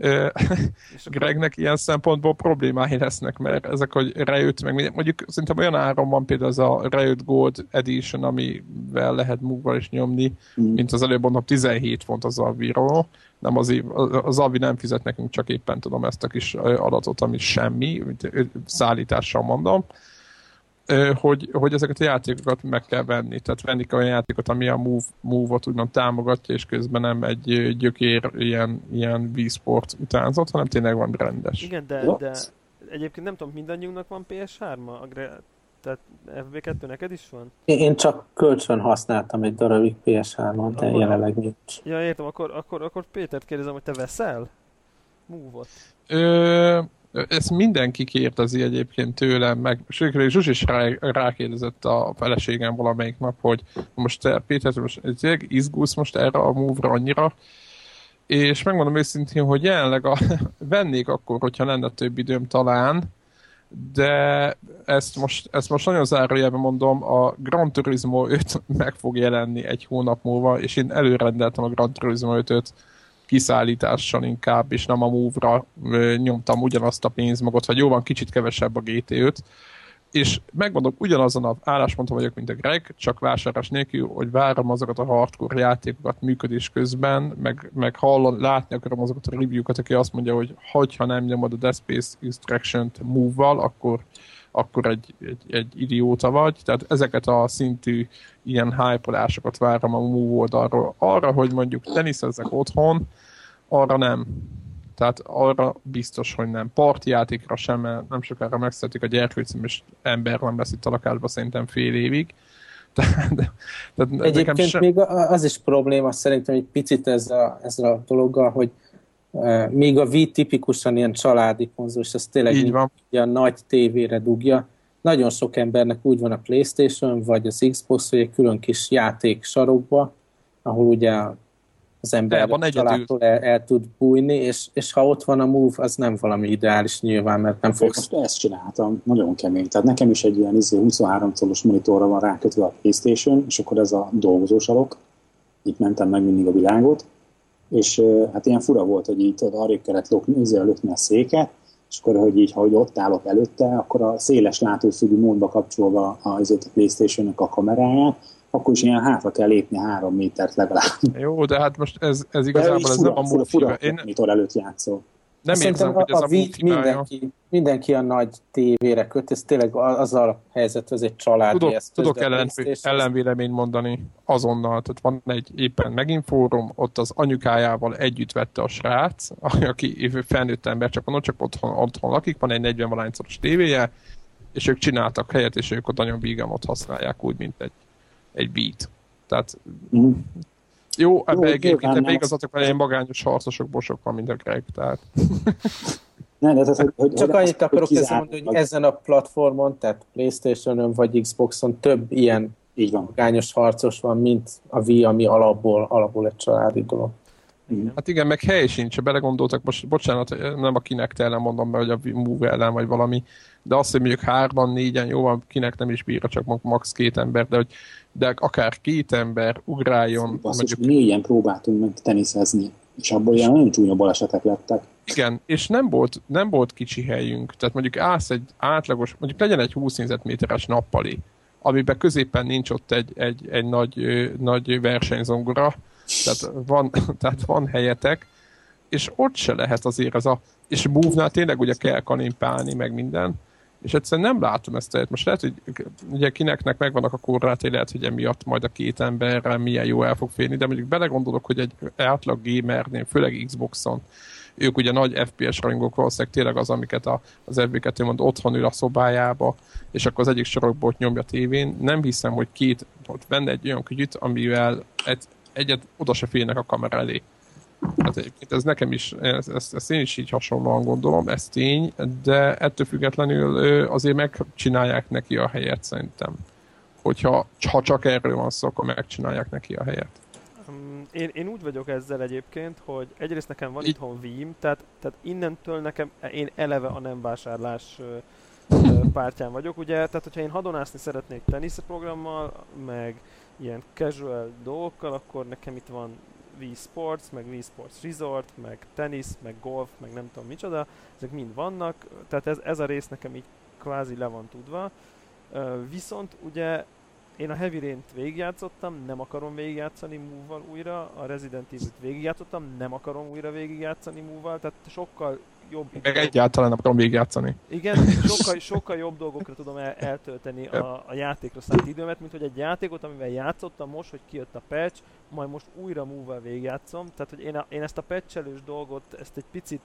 S4: Gregnek ilyen szempontból problémái lesznek, mert ezek, hogy Riot, meg minden, mondjuk szerintem olyan áron van például az a Riot Gold Edition, amivel lehet move-val is nyomni, mm. mint az előbb mondom, tizenhét font az Alviról. Nem az, az Alvi nem fizet nekünk, csak éppen tudom ezt a kis adatot, ami semmi, szállítással mondom. Hogy, hogy ezeket a játékokat meg kell venni. Tehát venni kell olyan játékot, ami a Move, Move-ot úgymond támogatja, és közben nem egy gyökér ilyen, ilyen Wii Sport utánzat, hanem tényleg van rendes.
S2: Igen, de, de egyébként nem tudom, mindannyiunknak van pé es három-a? Tehát ef bé kettő neked is van?
S3: Én csak kölcsön használtam egy darabig pé es hármat, de aha, jelenleg nincs.
S2: Ja, értem, akkor, akkor, akkor Pétert kérdezem, hogy te veszel Move-ot?
S4: Ö... Ezt mindenki kérdezi egyébként tőlem, meg Zsuzs is rá, rákérdezett a feleségem valamelyik nap, hogy most te, Péter, most izgulsz most erre a Move-ra annyira, és megmondom őszintén, hogy jelenleg a, vennék akkor, hogyha lenne több időm talán, de ezt most, ezt most nagyon zárójelben mondom, a Gran Turismo öt meg fog jelenni egy hónap múlva, és én előrendeltem a Gran Turismo ötöt kiszállítással inkább, és nem a Move-ra nyomtam ugyanazt a pénzmagot, vagy jó van, kicsit kevesebb a gé té öt, és megmondom, ugyanazon az állásponton vagyok, mint a Greg, csak vásárlás nélkül, hogy várom azokat a hardcore játékokat működés közben, meg, meg hallani, látni akarom azokat a review-kat, aki azt mondja, hogy ha nem nyomod a Dead Space Extraction-t Move-val, akkor, akkor egy, egy, egy idióta vagy. Tehát ezeket a szintű ilyen hype-olásokat várom a Move oldalról. Arra, hogy mondjuk teniszezzek otthon, arra nem. Tehát arra biztos, hogy nem. Partijátékra sem, mert nem sokára megszületik a gyerkőcöm, és ember nem lesz itt a lakásban szerintem fél évig. Tehát,
S3: tehát egyébként sem... még az is probléma szerintem egy picit ezzel a, ezzel a dologgal, hogy uh, még a Wii tipikusan ilyen családi konzol, és ez tényleg a nagy tévére dugja. Nagyon sok embernek úgy van a PlayStation, vagy az Xbox, hogy egy külön kis játék sarokba, ahol ugye az ember családtól el, el tud bújni, és, és ha ott van a Move, az nem valami ideális nyilván, mert nem fogsz...
S1: Most ezt csináltam, nagyon kemény. Tehát nekem is egy ilyen huszonhárom colos monitorra van rákötve a PlayStation, és akkor ez a dolgozós alok. Itt mentem meg mindig a világot, és hát ilyen fura volt, hogy így tudod, arrébb kellett lökni a széket, és akkor, hogy így, ha ott állok előtte, akkor a széles látószögű módba kapcsolva a, a PlayStation-nek a kameráját, akkor is ilyen hátra kell lépni három métert legalább.
S4: Jó, de hát most ez, ez igazából ez nem a Move
S1: fura, én monitor előtt játszol.
S4: Nem érzem, hogy ez a, a Move
S3: mindenki, mindenki a nagy tévére köt, ez tényleg az a helyzet, ez egy családi
S4: tudok,
S3: eszköz.
S4: Tudok ellen, ellenvéleményt mondani azonnal, tehát van egy éppen megint fórum, ott az anyukájával együtt vette a srác, aki felnőtt ember, csak van, csak otthon, otthon lakik, van egy negyven szoros tévéje, és ők csináltak helyet, és ők ott nagyon vígamot használják úgy, mint egy egy beat. Tehát mm. jó, ebbe egyébként igazatok van, ilyen magányos harcosokból sok van, mint a Greg, tehát
S1: ne, de tehát, hogy, hogy
S3: csak hogy annyit akarok ezzel mondani, hogy ezen a platformon, tehát PlayStation-on vagy Xboxon több ilyen magányos harcos van, mint a Wii, ami alapból, alapból egy családi dolog.
S4: Igen. Hát igen, meg hely sincs, ha belegondoltak, most bocsánat, nem a Kinect ellen mondom be, hogy a Move ellen vagy valami, de azt, hogy mondjuk hárman, négyen, jó van, Kinect nem is bírja, csak max két ember, de, hogy, de akár két ember ugráljon.
S1: Azt mondjuk... négyen próbáltunk meg teniszezni, és abból ilyen nagyon csúnya balesetek lettek.
S4: Igen, és nem volt, nem volt kicsi helyünk, tehát mondjuk állsz egy átlagos, mondjuk legyen egy húsz négyzetméteres nappali, amiben középen nincs ott egy, egy, egy nagy, nagy versenyzongora, tehát van, tehát van helyetek, és ott se lehet azért az a... És Move-nál tényleg ugye kell kanimpálni, meg minden, és egyszerűen nem látom ezt el. Most lehet, hogy ugye kineknek megvannak a korlátai, lehet, hogy emiatt majd a két emberrel milyen jó el fog férni, de mondjuk belegondolok, hogy egy átlag gamernél, főleg Xboxon, ők ugye nagy ef pé es rajongók, valószínűleg tényleg az, amiket a, az ef bé kettő mond otthon ül a szobájába, és akkor az egyik sorokból ott nyomja a tévén. Nem hiszem, hogy két, ott benne egy olyan kügyüt, amivel egy, egyet oda se félnek a kamera elé. Hát egyébként ez nekem is, ezt, ezt, ezt én is így hasonlóan gondolom, ez tény, de ettől függetlenül azért megcsinálják neki a helyet szerintem. Hogyha ha csak erről van szó, akkor megcsinálják neki a helyet.
S2: Én, én úgy vagyok ezzel egyébként, hogy egyrészt nekem van itthon Wii-m, tehát, tehát innentől nekem, én eleve a nem vásárlás pártján vagyok, ugye, tehát hogyha én hadonászni szeretnék teniszprogrammal, meg ilyen casual dolgokkal, akkor nekem itt van Wii Sports, meg Wii Sports Resort, meg tenisz, meg golf, meg nem tudom micsoda, ezek mind vannak, tehát ez, ez a rész nekem így kvázi le van tudva. Uh, viszont ugye én a Heavy Rain-t végigjátszottam, nem akarom végigjátszani Move-val újra, a Resident Evil-t végigjátszottam, nem akarom újra végigjátszani Move-val, tehát sokkal jobb...
S4: Meg dolgok... egyáltalán nem akarom végigjátszani.
S2: Igen, sokkal, sokkal jobb dolgokra tudom el, eltölteni a, a játékra szánt időmet, mint hogy egy játékot, amivel játszottam most, hogy kijött a patch, majd most újra Move-val végigjátszom, tehát hogy én, a, én ezt a patchelős dolgot, ezt egy picit...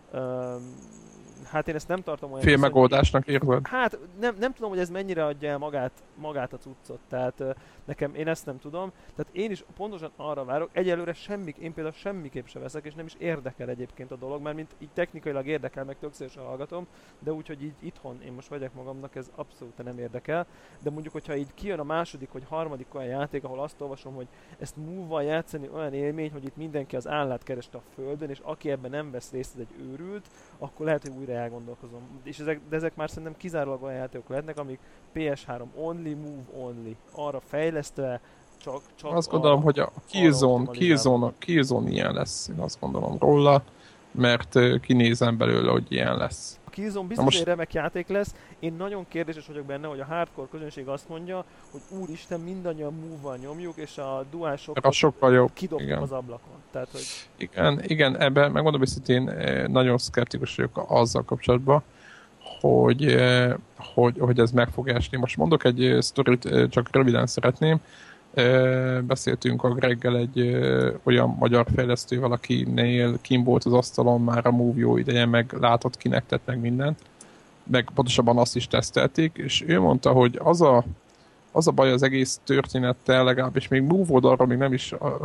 S2: Um, hát én ezt nem tartom olyan...
S4: Fél megoldásnak érzed?
S2: Hát nem, nem tudom, hogy ez mennyire adja el magát, magát a cuccot, tehát uh, nekem én ezt nem tudom. Tehát én is pontosan arra várok, egyelőre semmi, én például semmiképp se veszek, és nem is érdekel egyébként a dolog, mert mint így technikailag érdekel, meg tök szívesen hallgatom, de úgyhogy így itthon én most vagyok magamnak, ez abszolút nem érdekel. De mondjuk, hogyha így kijön a második vagy harmadik olyan játék, ahol azt olvasom, hogy ezt Move-val játszani olyan élmény, hogy itt mindenki az állát kereste a földön, és aki ebben nem vesz részt, ez egy őrült, akkor lehet, hogy újra mire elgondolkozom. És ezek, de ezek már szerintem kizárólag olyan játékok lehetnek, amik pé es három only, move only. Arra fejlesztve, csak, csak
S4: azt gondolom,
S2: arra,
S4: hogy a Killzone, Killzone, Killzone ilyen lesz, én azt gondolom róla, mert kinézem belőle, hogy ilyen lesz.
S2: A Killzone biztos most... egy remek játék lesz. Én nagyon kérdéses vagyok benne, hogy a hardcore közönség azt mondja, hogy úristen, mindannyian move-val nyomjuk, és a DualShock-ot kidobjuk az ablakon. Tehát, hogy...
S4: Igen, igen, ebben megmondom őszintén, nagyon szkeptikus vagyok azzal kapcsolatban, hogy, hogy, hogy ez meg fog esni. Most mondok egy sztorit, csak röviden szeretném. Beszéltünk a Greggel egy olyan magyar fejlesztővel, akinél kim volt az asztalon már a Move jó ideje, meg látott kinektet, meg mindent. Meg pontosabban azt is tesztelték, és ő mondta, hogy az a, az a baj az egész történettel, legalábbis még Move oldalról még nem is, a,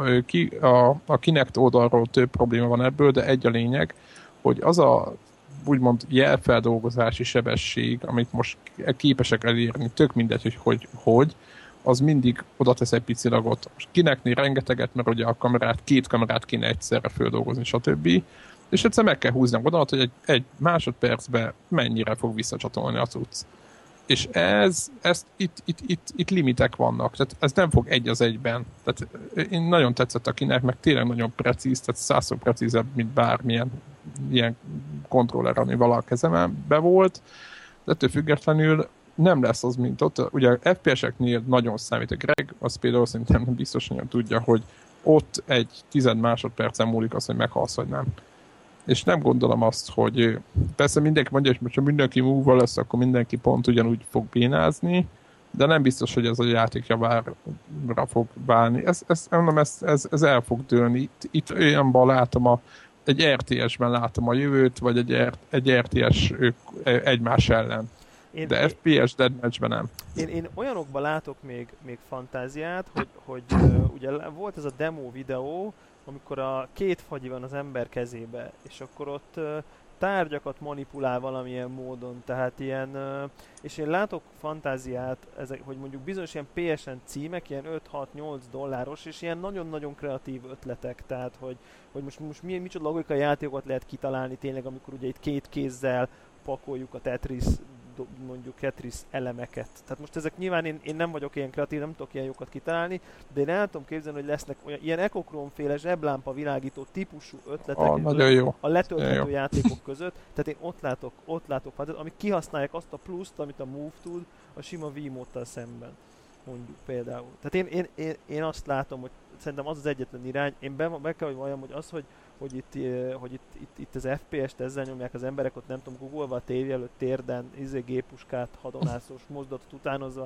S4: a, a Kinect oldalról több probléma van ebből, de egy a lényeg, hogy az a úgymond jelfeldolgozási sebesség, amit most képesek elérni, tök mindegy, hogy hogy, hogy az mindig oda tesz egy pici lagot. Most Kinectnél rengeteget, mert ugye a kamerát, két kamerát kéne egyszerre földolgozni, stb. És egyszer meg kell húzni a vonalat, hogy egy, egy másodpercben mennyire fog visszacsatolni a cucc. És ez, ezt, itt, itt, itt, itt limitek vannak, tehát ez nem fog egy az egyben. Tehát én nagyon tetszett a Kinect, meg tényleg nagyon precíz, tehát százszor precízebb, mint bármilyen ilyen kontroller, ami vala a kezembe volt, de ettől függetlenül nem lesz az, mint ott. Ugye a ef pé es-eknél nagyon számít a Greg, az például szerintem biztos nagyon tudja, hogy ott egy tized másodpercen múlik az, hogy meghalsz, vagy nem. És nem gondolom azt, hogy persze mindenki mondja, hogy ha mindenki move-val lesz, akkor mindenki pont ugyanúgy fog bénázni, de nem biztos, hogy ez a játék javára fog válni. Ez, ez, mondom, ez, ez, ez el fog dőlni. Itt, itt olyanban látom a egy er té es-ben látom a jövőt, vagy egy, egy er té es egymás ellen. Én, de ef pé es Deathmatch-ben nem.
S2: Én, én olyanokban látok még, még fantáziát, hogy, hogy uh, ugye volt ez a demo videó, amikor a két fagyi van az ember kezébe, és akkor ott uh, tárgyakat manipulál valamilyen módon, tehát ilyen, uh, és én látok fantáziát, ezek, hogy mondjuk bizonyos ilyen pé es en címek, ilyen öt-hat-nyolc dolláros, és ilyen nagyon-nagyon kreatív ötletek, tehát hogy, hogy most, most mi, micsoda logikai játékokat lehet kitalálni tényleg, amikor ugye itt két kézzel pakoljuk a Tetris, mondjuk Tetris elemeket. Tehát most ezek nyilván én, én nem vagyok ilyen kreatív, nem tudok ilyen jókat kitalálni, de én el tudom képzelni, hogy lesznek olyan ilyen Echochrome-féle zseblámpa világító típusú ötletek
S4: ah, jó.
S2: a letölthető játékok között. Tehát én ott látok, ott látok, amik kihasználják azt a pluszt, amit a Move tud a sima Wiimote-tal szemben. Mondjuk például. Tehát én, én, én, én azt látom, hogy szerintem az az egyetlen irány. Én be, be kell, hogy valljam, hogy az, hogy hogy itt, hogy itt, itt, itt az ef pé est ezzel nyomják az emberek, ott nem tudom, googolva a tévé előtt térden, izé gépuskát, hadonászós mozdatot utánozva,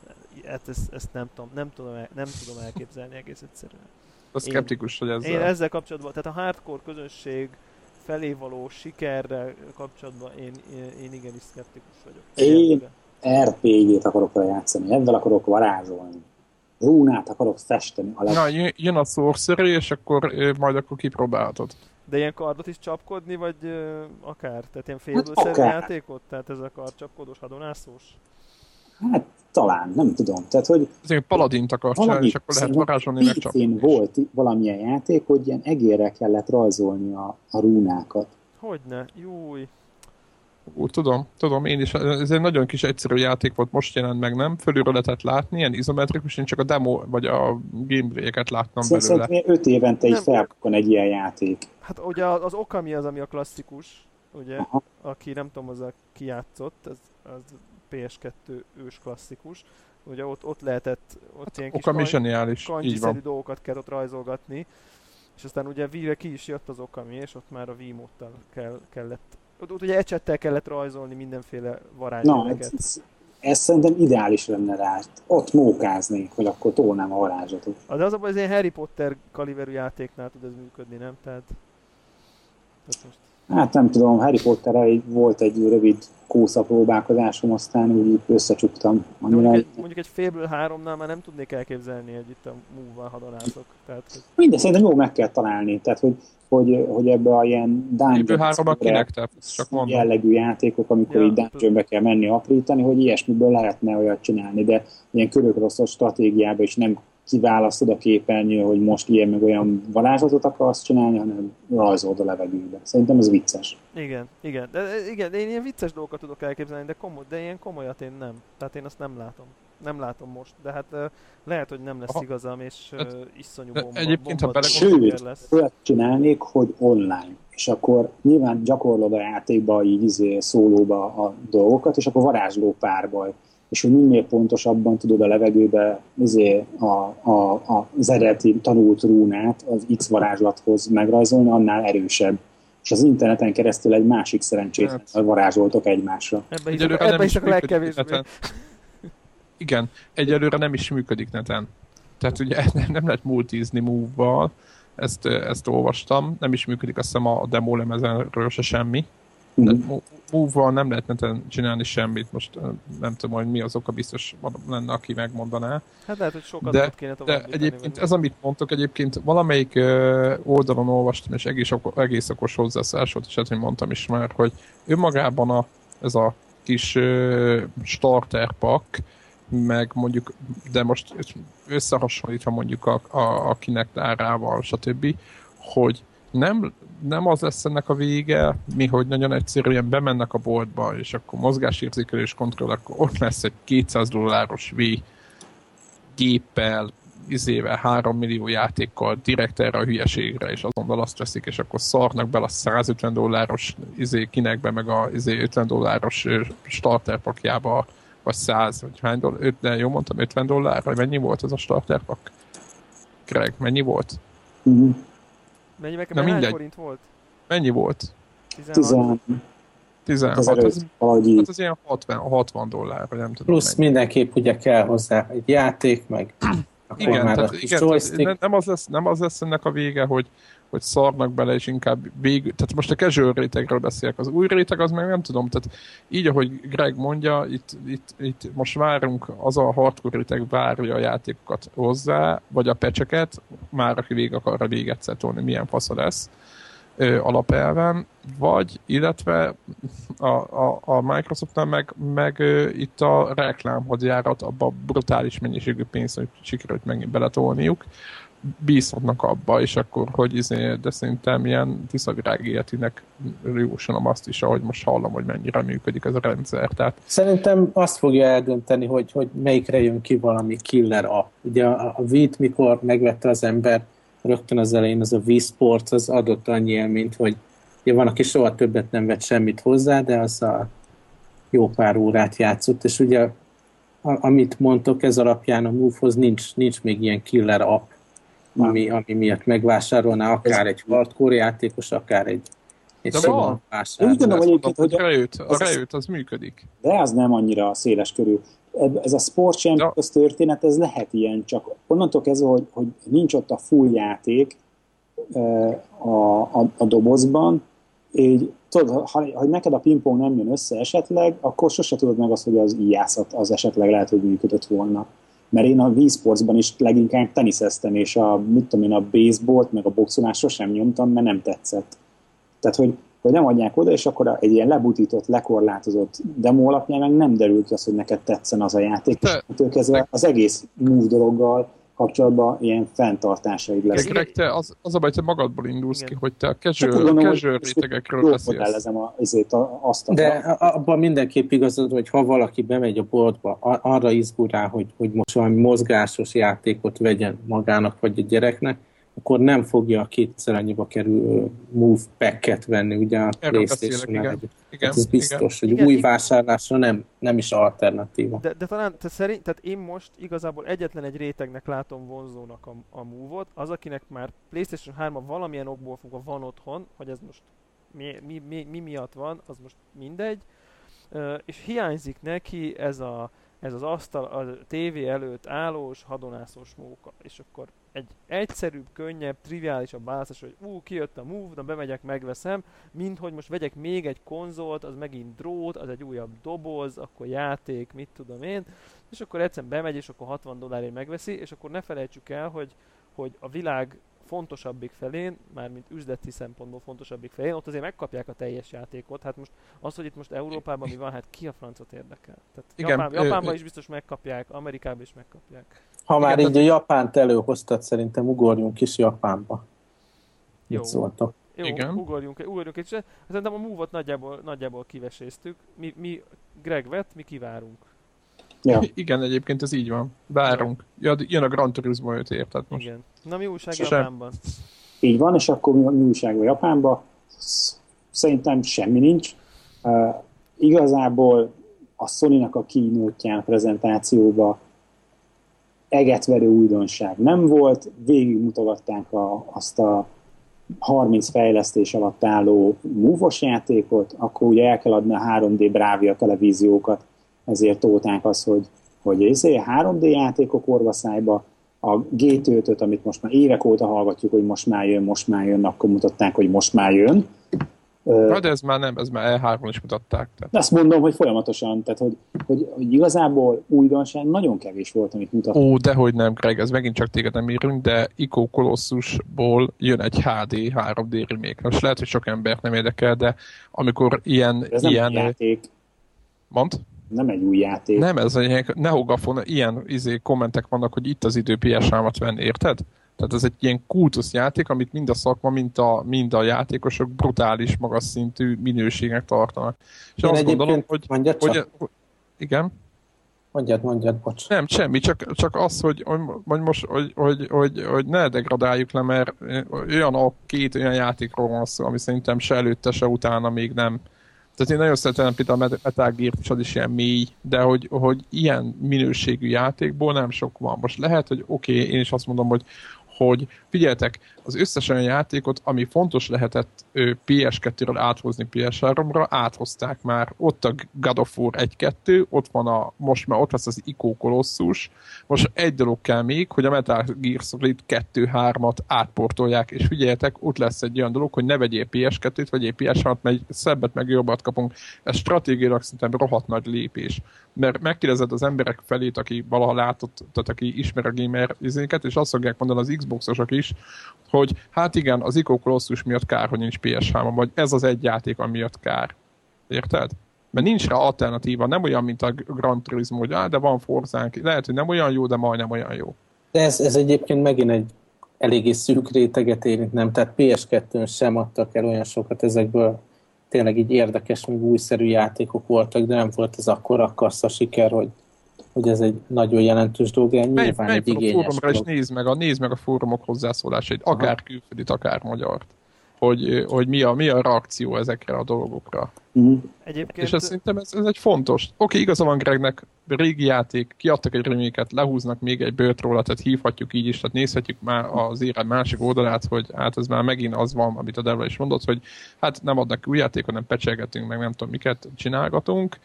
S2: hát ezt, ezt nem, tudom, nem, tudom el, nem tudom elképzelni egész egyszerűen.
S4: A szkeptikus, hogy ezzel...
S2: Én ezzel kapcsolatban, tehát a hardcore közönség felé való sikerrel kapcsolatban én, én, én igenis szkeptikus vagyok.
S1: Én er pé gét akarok rá játszani, ebben akarok varázsolni. Rúnát akarok festeni. A leg...
S4: Na, jön a sorcery, és akkor majd akkor kipróbálhatod.
S2: De ilyen kardot is csapkodni, vagy uh, akár? Tehát ilyen félbőszerű hát játékot? Tehát ez a kardcsapkodós, hadonászós?
S1: Hát talán, nem tudom. Tehát, hogy
S4: ezért paladint akar csinálni, és akkor lehet varázsolni, megcsapni.
S1: Volt valamilyen játék, hogy ilyen egérre kellett rajzolni a, a rúnákat.
S2: Hogyne? Júj!
S4: Ú, tudom, tudom, én is. Ez egy nagyon kis egyszerű játék volt, most jelent meg, nem? Fölülről lehetett látni, ilyen izometrikus, én csak a demo, vagy a gameplay-eket láttam belőle.
S1: Szerintem öt évente így felkapon egy ilyen játék.
S2: Hát ugye az Okami az, ami a klasszikus, ugye, aha. Aki nem tudom, az a ki játszott, ez, az pé es kettő ős klasszikus. Ugye ott, ott lehetett, ott hát, ilyen kis
S4: Okami zseniális,
S2: kancsiszerű dolgokat kell ott rajzolgatni, és aztán ugye Wii-re ki is jött az Okami, és ott már a Wiimote-tal kell, kellett Ott, ott ugye ecsettel kellett rajzolni mindenféle varázsjeleket.
S1: Na, ez, ez szerintem ideális lenne rá. Ott mókáznék, hogy akkor tolnám a varázslatot.
S2: De az a baj, az ilyen Harry Potter kaliberű játéknál tud ez működni, nem? Tehát...
S1: most... Hát nem tudom, Harry Potterrel volt egy rövid kósza próbálkozásom, aztán úgy összecsuktam.
S2: Mondjuk egy, mondjuk egy Fable háromnál már nem tudnék elképzelni, hogy itt a Move-val hadonászok. Tehát, hogy...
S1: Minden szerintem jó meg kell találni, tehát hogy, hogy, hogy ebbe a ilyen
S4: dungeon
S1: jellegű játékok, amikor ja, így dungeonbe kell menni aprítani, hogy ilyesmiből lehetne olyat csinálni, de ilyen körülbelül stratégiában is nem kiválasztod a képernyő, hogy most ilyen meg olyan varázslatot akarsz csinálni, hanem rajzold a levegőbe. Szerintem ez vicces.
S2: Igen, igen. De, igen, én ilyen vicces dolgokat tudok elképzelni, de, komoly, de ilyen komolyat én nem. Tehát én azt nem látom. Nem látom most, de hát uh, lehet, hogy nem lesz Aha. igazam, és uh, iszonyú bomba.
S4: Egyébként, ha
S1: Sőt, olyat csinálnék, hogy online. És akkor nyilván gyakorlod a játékba, így izé, szólóba a dolgokat, és akkor varázsló párbaj. És hogy minél pontosabban tudod a levegőbe izé, a, a, a, az eredeti tanult rúnát az X varázslathoz megrajzolni, annál erősebb. És az interneten keresztül egy másik szerencsétlen hát. varázsoltok egymásra.
S2: Ebben is, ebbe is a legkevésbé.
S4: Igen, egyelőre nem is működik neten. Tehát ugye nem, nem lehet multizni move-val, ezt, ezt olvastam, nem is működik azt hiszem a demo lemezenről se semmi. Mm. Move-val nem lehet neten csinálni semmit, most nem tudom, hogy mi az oka, biztos lenne, aki megmondaná.
S2: Hát lehet, hogy sokat
S4: de,
S2: kéne tovább.
S4: De egyébként ez, amit mondtok, egyébként valamelyik oldalon olvastam, és egész, egész okos hozzászólás volt, és hát, hogy mondtam is már, hogy önmagában a, ez a kis starter pack, meg mondjuk, de most összehasonlítva mondjuk a, a, a Kinect árával, stb., hogy nem, nem az lesz ennek a vége, mi, hogy nagyon egyszerűen bemennek a boltba, és akkor mozgásérzékelés kontroll, akkor ott lesz egy kétszáz dolláros V géppel, izével, három millió játékkal direkt erre a hülyeségre, és azonnal azt veszik, és akkor szarnak bele a százötven dolláros izé Kinectbe, meg a izé ötven dolláros starter pakjába, vagy száz, vagy hány dollár, de jó mondtam, ötven dollár, vagy mennyi volt ez a starter pack? Greg, mennyi volt?
S1: Mm-hmm.
S2: Mennyi, meg, mennyi hány forint volt?
S4: Mennyi volt?
S2: tizenhat.
S4: tizenhat. Hát az, hát az ilyen hatvan, hatvan dollár, vagy nem tudom.
S3: Plusz mennyi. Mindenképp ugye kell hozzá egy játék, meg
S4: igen, tehát, igen tehát nem, az lesz, nem az lesz ennek a vége, hogy, hogy szarnak bele, és inkább végül, tehát most a casual rétegről beszélek, az új réteg az meg nem tudom, tehát így, ahogy Greg mondja, itt, itt, itt most várunk, az a hardcore réteg várja a játékokat hozzá, vagy a pecseket, már aki végig akarra véget szetolni, milyen fasza lesz ö, alapelven, vagy, illetve a, a, a Microsoftnál meg, meg ö, itt a reklámhadjárat, abba a brutális mennyiségű pénzt, hogy sikerült megint beletolniuk, bízhatnak abba, és akkor, hogy izé, de szerintem ilyen Tiszavirág életinek jósolom azt is, ahogy most hallom, hogy mennyire működik ez a rendszer. Tehát...
S3: Szerintem azt fogja eldönteni, hogy, hogy melyikre jön ki valami killer app. Ugye a, a Wii-t, mikor megvette az ember, rögtön az elején az a Wii Sports, az adott annyi élményt, hogy ugye van, aki soha többet nem vett semmit hozzá, de az a jó pár órát játszott, és ugye a, amit mondtok, ez alapján a Move-hoz nincs, nincs még ilyen killer app, ami, ami miatt megvásárolná akár egy hardcore játékos, akár egy, egy sima vásárló.
S4: A Reut, a Reut az működik.
S1: De az nem annyira széles körül. Ez a Sport Champions történet, ez lehet ilyen, csak onnantól kezdve, hogy, hogy nincs ott a full játék a, a, a dobozban, így tudod, ha, ha neked a pingpong nem jön össze esetleg, akkor sose tudod meg azt, hogy az íjászat az esetleg lehet, hogy működött volna. Mert én a Wii Sportsban is leginkább teniszeztem, és a, mit tudom én, a baseballt, meg a boxolást sosem nyomtam, mert nem tetszett. Tehát, hogy, hogy nem adják oda, és akkor egy ilyen lebutított, lekorlátozott demo alapján meg nem derül ki az, hogy neked tetszen az a játék. És az egész move dologgal kapcsolatban ilyen fenntartásaid lesz.
S4: Greg, te az, az a baj, te magadból indulsz igen. ki, hogy te a casual, casual rétegekről beszélsz.
S1: A, azért a, azt a
S3: De abban mindenképp igazad, hogy ha valaki bemegy a boltba, arra izgul rá, hogy, hogy most valami mozgásos játékot vegyen magának vagy a gyereknek, akkor nem fogja a kétszer annyiba kerül Move Pack-et venni, ugye a PlayStation-en. Ez biztos, igen. hogy igen, új igen. vásárlásra nem, nem is alternatíva.
S2: De, de talán te szerint, tehát én most igazából egyetlen egy rétegnek látom vonzónak a, a Move-ot, az, akinek már PlayStation három valamilyen okból fogva van otthon, hogy ez most mi, mi, mi, mi miatt van, az most mindegy, uh, és hiányzik neki ez, a, ez az asztal, a tévé előtt állós, hadonászós móka, és akkor egy egyszerűbb, könnyebb, triviálisabb választás, hogy ú, kijött a Move, na bemegyek, megveszem, mint hogy most vegyek még egy konzolt, az megint drót, az egy újabb doboz, akkor játék, mit tudom én, és akkor egyszerűen bemegy, és akkor hatvan dollárért megveszi, és akkor ne felejtsük el, hogy, hogy a világ fontosabbik felén, mármint üzleti szempontból fontosabbik felén, ott azért megkapják a teljes játékot. Hát most az, hogy itt most Európában mi van, hát ki a francot érdekel? Tehát igen, Japán, Japánban is biztos megkapják, Amerikában is megkapják.
S3: Ha már
S2: igen,
S3: így a Japánt előhoztad, szerintem ugorjunk is Japánba.
S2: Jó.
S3: Mit szóltok?
S2: Jó, igen. ugorjunk, ugorjunk egy kicsit. Szerintem a move-ot nagyjából, nagyjából kiveséztük. Mi, mi Greg vett, mi kivárunk.
S4: Ja. Igen, egyébként ez így van. Várunk. Ja, jön a Gran Turismo öt, érted most.
S2: Igen. Na mi újság Sem. Japánban?
S1: Így van, és akkor mi, mi újság a Japánban? Szerintem semmi nincs. Uh, igazából a Sony-nak a keynote-ján prezentációban egetverő újdonság nem volt. Végigmutogatták a, azt a harminc fejlesztés alatt álló move-os játékot, akkor ugye el kell adni a három dé Bravia televíziókat, ezért tolták azt, hogy, hogy ezért három dé játékok orvaszájba, a gé té ötöt, amit most már évek óta hallgatjuk, hogy most már jön, most már jön, akkor mutatták, hogy most már jön.
S4: Na, de ez már nem, ez már E háromon is mutatták. Tehát.
S1: Azt mondom, hogy folyamatosan, tehát hogy, hogy, hogy igazából újdonság nagyon kevés volt, amit mutattak.
S4: Ó, dehogy nem, Greg, ez megint csak téged nem írunk, de Ico Colossusból jön egy há dé, három dé remake. Most lehet, hogy sok embert nem érdekel, de amikor ilyen...
S1: Ez
S4: ilyen
S1: nem játék.
S4: Mond?
S1: Nem egy új játék.
S4: Nem, ez egy Nehogafon, ilyen izé, kommentek vannak, hogy itt az idő pé es hármat venni, érted? Tehát ez egy ilyen kultuszjáték, amit mind a szakma, mind a, mind a játékosok brutális, magas szintű minőségnek tartanak. És
S3: én
S4: azt gondolom, hogy...
S3: Mondjad
S4: hogy, hogy igen?
S3: Mondjad, mondjad, bocs.
S4: Nem, semmi, csak, csak az, hogy, hogy most, hogy, hogy, hogy, hogy ne degradáljuk le, mert olyan a két olyan játékról van szó, ami szerintem se előtte, se utána még nem. Tehát én nagyon szeretem például a Metal Gear-t is, az is ilyen mély, de hogy, hogy ilyen minőségű játékból nem sok van. Most lehet, hogy oké, okay, én is azt mondom, hogy hogy figyeljetek, az összes olyan játékot, ami fontos lehetett pé es kettőről áthozni pé es háromra, áthozták már. Ott a God of War egy kettő, ott van a, most már ott lesz az Ico Colossus. Most egy dolog kell még, hogy a Metal Gear Solid kettő hármat átportolják, és figyeljetek, ott lesz egy olyan dolog, hogy ne vegyél pé es kettőt, vegyél pé es hármat, mert szebbet meg jobbat kapunk. Ez stratégiailag szerintem rohadt nagy lépés. Mert megkérdezed az emberek felét, aki valaha látott, tehát aki ismer a gamer izéket, és azt fogják mondani az Xboxosok is, hogy hát igen, az Ico Colossus miatt kár, hogy nincs pé es három, vagy ez az egy játék, ami miatt kár. Érted? Mert nincs rá alternatíva, nem olyan, mint a Gran Turismo, hogy á, de van Forzánk, lehet, hogy nem olyan jó, de majdnem olyan jó.
S3: De ez, ez egyébként megint egy eléggé szűk réteget érint, nem? Tehát pé es kettőn sem adtak el olyan sokat ezekből, tényleg így érdekes, még újszerű játékok voltak, de nem volt ez akkora kassza siker, hogy, hogy ez egy nagyon jelentős dolog, nyilván egy igényes
S4: dolog. És nézd meg, a, nézd meg a fórumok hozzászólásait, akár Aha. külföldit, akár magyart, hogy, hogy mi, a, mi a reakció ezekre a dolgokra.
S1: Mm.
S2: Egyébként...
S4: És ez szerintem ez, ez egy fontos. Oké, okay, igaza van Gregnek, régi játék, kiadtak egy reméket, lehúznak még egy bőrt róla, tehát hívhatjuk így is, tehát nézhetjük már az érem másik oldalát, hogy hát ez már megint az van, amit a Devla is mondott, hogy hát nem adnak ki új játékot, hanem pecselgetünk, meg nem tudom miket csinálgatunk,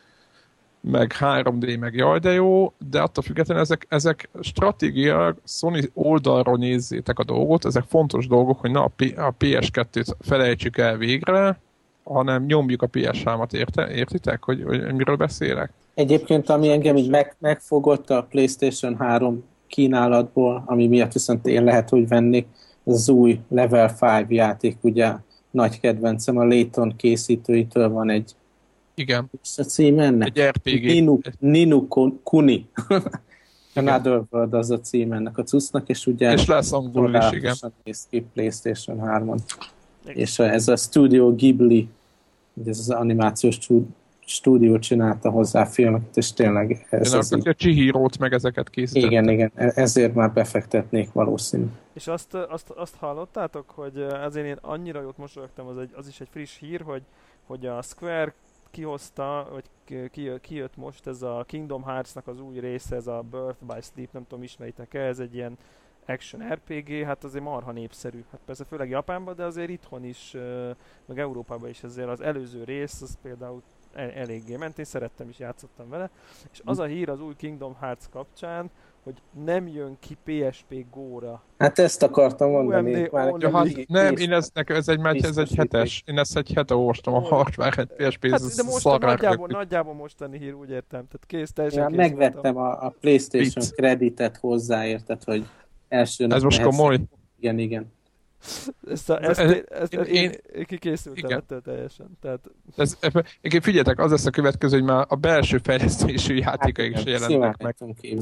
S4: meg három dé, meg jaj de jó, de attól függetlenül ezek, ezek stratégiailag Sony oldalról nézzétek a dolgot, ezek fontos dolgok, hogy na a, P- a pé es kettőt felejtsük el végre, hanem nyomjuk a pé es hármat, érte? Értitek, hogy, hogy miről beszélek?
S3: Egyébként, ami engem így meg, megfogott a PlayStation három kínálatból, ami miatt viszont én lehet, hogy vennék, az új Level öt játék, ugye nagy kedvencem, a Layton készítőitől van egy
S4: igen.
S3: a cím ennek?
S4: Egy er pé gé.
S3: Ninu, Ninu Kuni. Another World az a cím ennek a cuccnak, és ugye
S4: és lesz angolul is, igen.
S3: Néz ki PlayStation hármon. És ez a Studio Ghibli, ez az animációs stúdió csinálta hozzá filmeket, és tényleg ez
S4: az így... a Chihirót meg ezeket készítettek.
S3: Igen, igen, ezért már befektetnék valószínű.
S2: És azt, azt, azt hallottátok, hogy azért én annyira jót mosolyogtam, az, egy, az is egy friss hír, hogy, hogy a Square kihozta, vagy kijött, kijött most ez a Kingdom Hearts-nak az új része, ez a Birth by Sleep, nem tudom, ismeritek-e, ez egy ilyen action er pé gé, hát azért marha népszerű. Hát persze főleg Japánban, de azért itthon is, meg Európában is azért az előző rész, az például el- eléggé ment, én szerettem is, játszottam vele. És az a hír az új Kingdom Hearts kapcsán, hogy nem jön ki pé es pé Go-ra.
S3: Hát ezt akartam mondani.
S2: U M D
S3: már
S4: ja, hát nem, én ez, ez egy, ez egy hetes, én ezt egy hete olvastam a hardware pé es pé
S2: hát, de most nagyjából, nagyjából mostani hír, úgy értem, tehát kész, teljesen
S3: ja,
S2: kész
S3: megvettem a, a PlayStation
S4: Bit.
S3: kreditet hozzáérted, hogy elsőnek
S4: ez most komoly?
S3: Igen, igen.
S2: Ezt, a, ezt, ezt, ezt, ezt én, én kikészültem ettől teljesen. Tehát...
S4: Ez, figyeljetek, az lesz a következő, hogy már a belső fejlesztésű játékaik hát, se jelentek meg.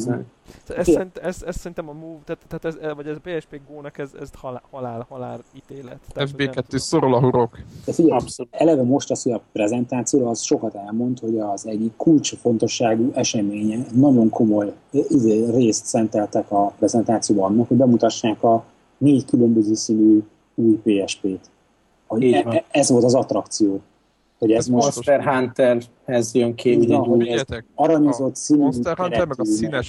S2: Ez, szerint, ez, ez szerintem a Move, tehát, tehát ez, vagy ez a pé es pé Go-nak ez, ez halál, halál, halál ítélet.
S4: ef bé kettő szorul a hurok.
S1: Eleve most az, hogy a prezentációra az sokat elmond, hogy az egyik kulcsfontosságú eseménye, nagyon komoly részt szenteltek a prezentációban annak, hogy bemutassák a négy különböző színű új pé es pét. E, ez volt az attrakció. Hogy ez, ez most
S3: Monster Hunterhez jön ki, ugye
S1: egy új aranyozott színű
S4: Monster Hunter meg a színes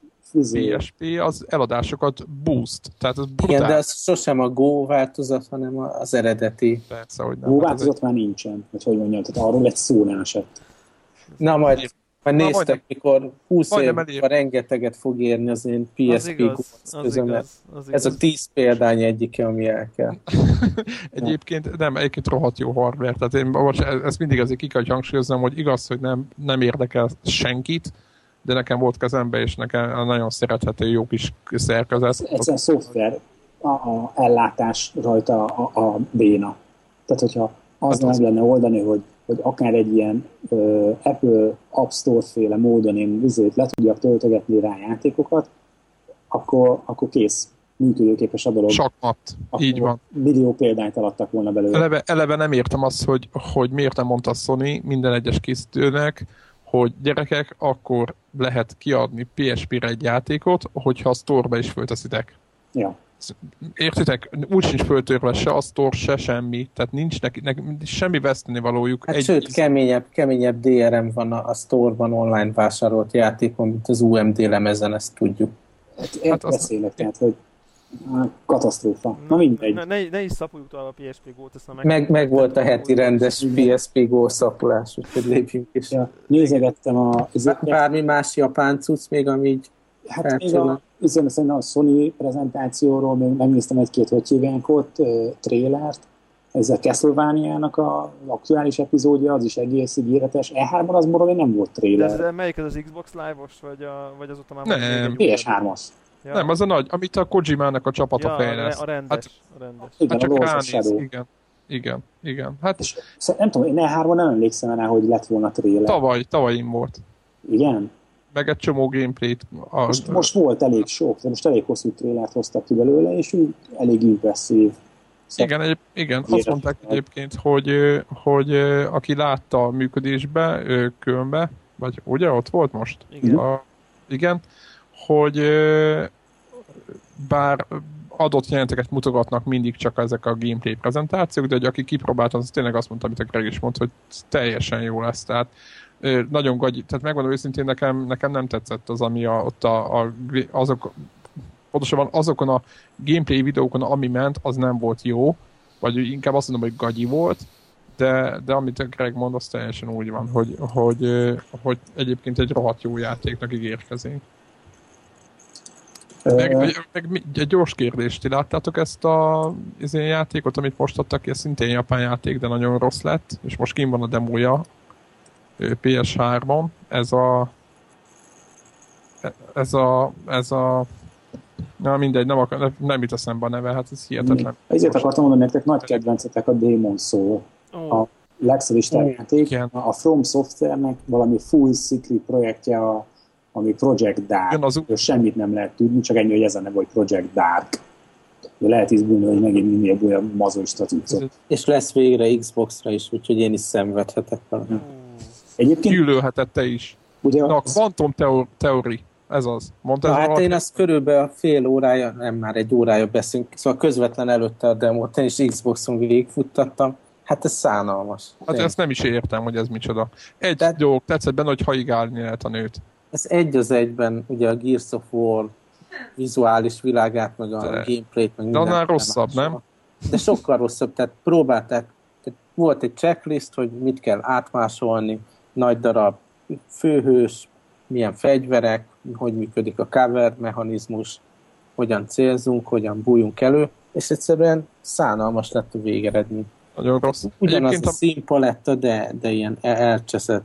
S4: pé es pé az eladásokat boost. Tehát ez brutál.
S3: Igen, de az sosem a Go változat, hanem az eredeti.
S4: Persze, hogy nem.
S1: Go változat egy... már nincsen, hogy hogy mondjam, tehát arról egy szó nem esett.
S3: Na majd Már néztek, mikor húsz évben rengeteget fog érni az én pé es pé közömet. Ez a tíz példány egyike, ami el kell.
S4: Egyébként nem, egyébként rohadt jó hardware. Tehát én most ezt mindig azért ki kell hangsúlyoznom, hogy igaz, hogy nem, nem érdekel senkit, de nekem volt kezembe, és nekem nagyon szerethető jó kis szerkezet.
S1: Ez a szoftver, a, a ellátás rajta a, a béna. Tehát, hogyha az hát nem az... lenne oldani, hogy hogy akár egy ilyen uh, Apple App Store-féle módon én vizét le tudjak töltögetni rá játékokat, akkor, akkor kész, működőképes a dolog.
S4: Sakmat, így van.
S1: Millió példányt alattak volna belőle.
S4: Eleve, eleve nem értem azt, hogy, hogy miért nem mondta Sony minden egyes készítőnek, hogy gyerekek, akkor lehet kiadni pé es pére egy játékot, hogyha a Store-ba is fölteszitek.
S1: Ja.
S4: Értitek? Úgy sincs föltörve se a Store, se semmi. Tehát nincs neki, neki semmi veszteni valójuk.
S3: Hát egy sőt, keményebb, keményebb dé er em van a, a Store-ban online vásárolt játékon, mint az u em dé lemezen, ezt tudjuk.
S1: Hát én hát beszélek, tehát, hogy katasztrófa. Na mindegy.
S2: Ne, ne, ne is szapuljuk tovább a pé es pé Go-t. Ezt meg,
S3: meg, meg volt a heti rendes pé es pé Go szapulás, úgyhogy lépjünk is.
S1: Ja, nézegettem a...
S3: Bármi más japán cucc még, ami így
S1: hát még a, szerintem a Sony prezentációról még megnéztem egy-két, hogy hívják ott, uh, trélert. Ez a Castlevania-nak az aktuális epizódja, az is egész ígéretes. E háromban az morog, nem volt tréler.
S2: De ez, melyik ez az Xbox Live-os, vagy, a, vagy azóta már...
S4: Nem.
S1: pé es hármas.
S4: Ja. Nem, az a nagy, amit a Kojimának a csapata
S2: ja,
S4: fejleszt.
S2: a rendes. Hát, a rendes.
S1: Igen,
S4: hát csak
S1: a
S4: ránéz, igen. Igen, igen. Hát,
S1: és, szóval nem tudom, én E háromban nem emlékszem rá, hogy lett volna tréler.
S4: Tavaly, tavalyin volt.
S1: Igen?
S4: Meg egy csomó gameplayt. A,
S1: most, most volt elég sok, de most elég hosszú trélert hoztak ki belőle, és úgy elég impresszív.
S4: Szóval igen, egy, igen azt mondták egyébként, hogy, hogy aki látta a működésbe, Kölnbe, vagy ugye ott volt most?
S2: Igen.
S4: A, igen, hogy bár adott jelenteket mutogatnak mindig csak ezek a gameplay prezentációk, de hogy aki kipróbálta, az tényleg azt mondta, amit a Greg is mondta, hogy teljesen jó lesz. Tehát nagyon gagyi, tehát megmondom őszintén, nekem, nekem nem tetszett az, ami a, ott a, a, azok, pontosabban azokon a gameplay videókon, ami ment, az nem volt jó, vagy inkább azt mondom, hogy gagyi volt, de, de amit a Greg mond, az teljesen úgy van, hogy, hogy, hogy egyébként egy rohadt jó játéknak ígérkezünk. Meg, meg, meg egy gyors kérdés, ti láttátok ezt a ez ilyen játékot, amit most adtak ki, ez szintén japán játék, de nagyon rossz lett, és most kint van a demója pé es hármon, ez a ez a ez a na mindegy, nem, akar, nem jut eszembe a neve, hát ez hihetetlen.
S1: Ezért akartam mondani nektek, nagy kedvencetek a Demon's Soul. Oh. A legszerűsebb oh. játék, igen. A From Software-nek valami full secret projektje, a, ami Project Dark. Igen, az... Semmit nem lehet tudni, csak ennyi, hogy ez a neve, hogy Project Dark. De lehet izgulni, hogy megint minél olyan mazoista cuccot.
S3: És lesz végre Xbox-ra is, úgyhogy én is szenvedhetek vele.
S4: Oh. Egyébként... Gyűlölheted te is. Ugye Na, az... Quantum Theory. Ez az. Mondta,
S3: hát valaki? Én azt körülbelül fél órája, nem már egy órája beszélünk, szóval közvetlen előtte a demót, én is Xboxon végigfuttattam. Hát ez szánalmas.
S4: Hát én. Ezt nem is értem, hogy ez micsoda. Egy De... dolog tetszett benne, hogy haigálni lehet a nőt.
S3: Ez egy az egyben, ugye a Gears of War vizuális világát, meg a De... gameplayt, meg
S4: minden. De annál rosszabb, nem?
S3: De sokkal rosszabb, tehát próbálták, tehát volt egy checklist, hogy mit kell átmásolni, nagy darab főhős, milyen fegyverek, hogy működik a cover mechanizmus, hogyan célzunk, hogyan bújjunk elő, és egyszerűen szánalmas lett a végeredmény.
S4: Nagyon rossz.
S3: Ugyanaz a színpaletta, de, de ilyen elcseszett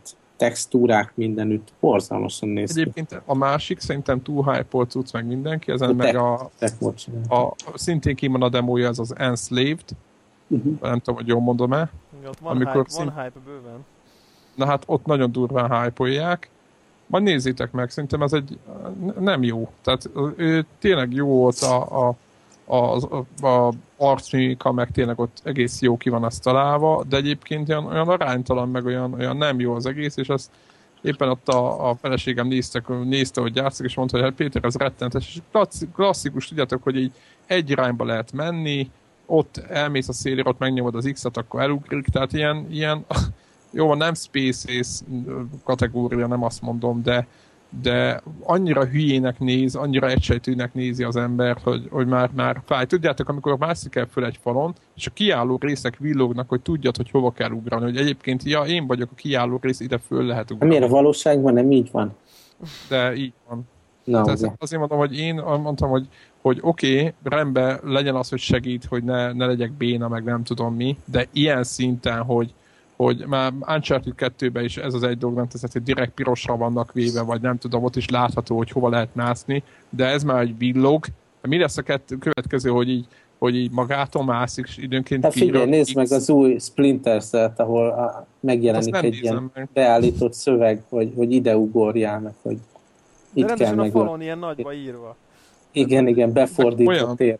S3: textúrák mindenütt, borzalmasan néz ki.
S4: Egyébként a másik, szerintem túl hype-olt cucc meg mindenki, ezen a meg a, a, a szintén kimon a demója, ez az Enslaved, uh-huh. nem tudom, hogy jól mondom-e.
S2: Ott van, amikor hype, szint... van hype bőven.
S4: Na hát ott nagyon durván hype-olják. Majd nézzétek meg, szerintem ez egy nem jó. Tehát ő tényleg jó volt a, a, a, a, a arcmimika, meg tényleg ott egész jó ki van azt találva, de egyébként olyan, olyan aránytalan, meg olyan, olyan nem jó az egész, és azt éppen ott a, a feleségem nézte, nézte, hogy játszik, és mondta, hogy hát Péter, ez rettenetes, és klasszikus, tudjátok, hogy így egy irányba lehet menni, ott elmész a szélére, ott megnyomod az X-et, akkor elugrik, tehát ilyen, ilyen jó, van, nem Space Ace kategória, nem azt mondom, de, de annyira hülyének néz, annyira egysejtőnek nézi az ember, hogy, hogy már, már fáj. Tudjátok, amikor mászik el föl egy falon, és a kiálló részek villognak, hogy tudjad, hogy hova kell ugrani, hogy egyébként, ja, én vagyok a kiálló rész, ide föl lehet ugrani.
S3: Miért a valóságban nem így van?
S4: De így van.
S3: No,
S4: azért mondom, hogy én mondtam, hogy, hogy oké, okay, rendben legyen az, hogy segít, hogy ne, ne legyek béna, meg nem tudom mi, de ilyen szinten, hogy hogy már Uncharted kettőben is ez az egy dolog nem teszett, hogy direkt pirosra vannak véve, vagy nem tudom, ott is látható, hogy hova lehet mászni, de ez már egy villog. Mi lesz a kettő, következő, hogy így, hogy így magától mászik, és időnként
S3: hát figyelj, nézd X... meg az új Splinter Cell-t, ahol a, megjelenik egy ilyen meg. beállított szöveg, hogy, hogy ide ugorjál meg, hogy
S2: itt de kell meg. De a falon ilyen nagyba írva.
S3: Igen, igen, befordított tér.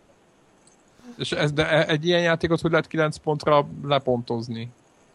S4: És ez, de egy ilyen játékot hogy lehet kilenc pontra lepontozni?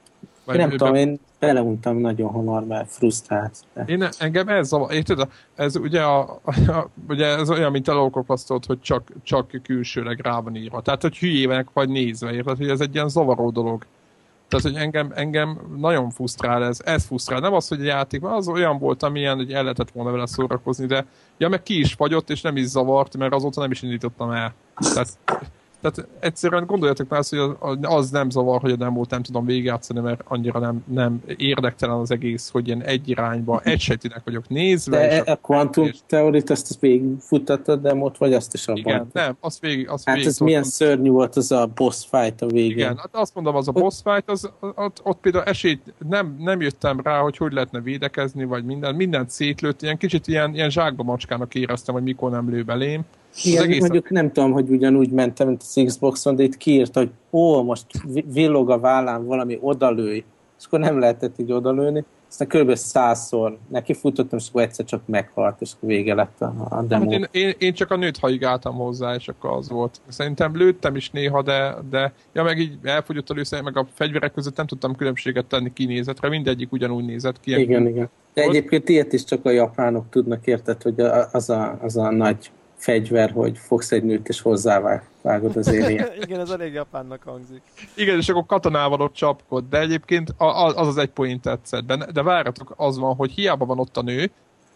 S3: Én nem tudom, be... én beleuntam nagyon hamar, mert frusztrált. De...
S4: Én engem ez zavar, érted? Ez ugye, a, a, ugye ez olyan, mint elolkopasztott, hogy csak, csak külsőleg rá van írva. Tehát, hogy hülyének vagy nézve, érted? Hogy ez egy ilyen zavaró dolog. Tehát, hogy engem, engem nagyon frusztrál ez. Ez frusztrál. Nem az, hogy a játék, az olyan volt, amilyen, hogy el lehetett volna vele szórakozni, de ja, meg ki is fagyott, és nem is zavart, mert azóta nem is indítottam el. Tehát... Tehát egyszerűen gondoljatok már azt, hogy az nem zavar, hogy a demót nem tudom végigjátszani, mert annyira nem, nem érdektelen az egész, hogy ilyen egy irányba, egysejtűnek vagyok nézve.
S3: De a, a Quantum Theory-t azt, azt végigfuttattad a demót, vagy azt is abban?
S4: Igen, nem, azt végig. Azt
S3: hát
S4: végig
S3: ez toltam. Milyen szörnyű volt az a boss fight a végén.
S4: Igen, hát azt mondom, az a boss fight, az, ott, ott például esélyt nem, nem jöttem rá, hogy hogy lehetne védekezni, vagy minden, mindent szétlőtt, ilyen kicsit ilyen, ilyen zsákba macskának éreztem, hogy mikor nem lő belém.
S3: Igen, mondjuk nem tudom, hogy ugyanúgy mentem, mint az Xboxon, de itt kiírt, hogy ó, most villog a vállán valami, odalőj. És akkor nem lehetett így odalőni. Aztán kb. százszor neki futottam, és akkor egyszer csak meghalt, és akkor vége lett a, a demo.
S4: Én, én, én csak a nőt haigáltam hozzá, és akkor az volt. Szerintem lőttem is néha, de, de ja, meg így elfogyott a lőszer, meg a fegyverek között nem tudtam különbséget tenni kinézetre, mindegyik ugyanúgy nézett ki.
S3: Igen, igen. De egyébként ilyet is csak a japánok tudnak, érted, hogy az a, az a nagy fegyver, hogy fogsz egy nőt és hozzávágod az élén.
S2: Igen, ez elég japánnak hangzik.
S4: Igen, és akkor katonával ott csapkod, de egyébként az az egy point tetszett. De, de várjatok, az van, hogy hiába van ott a nő,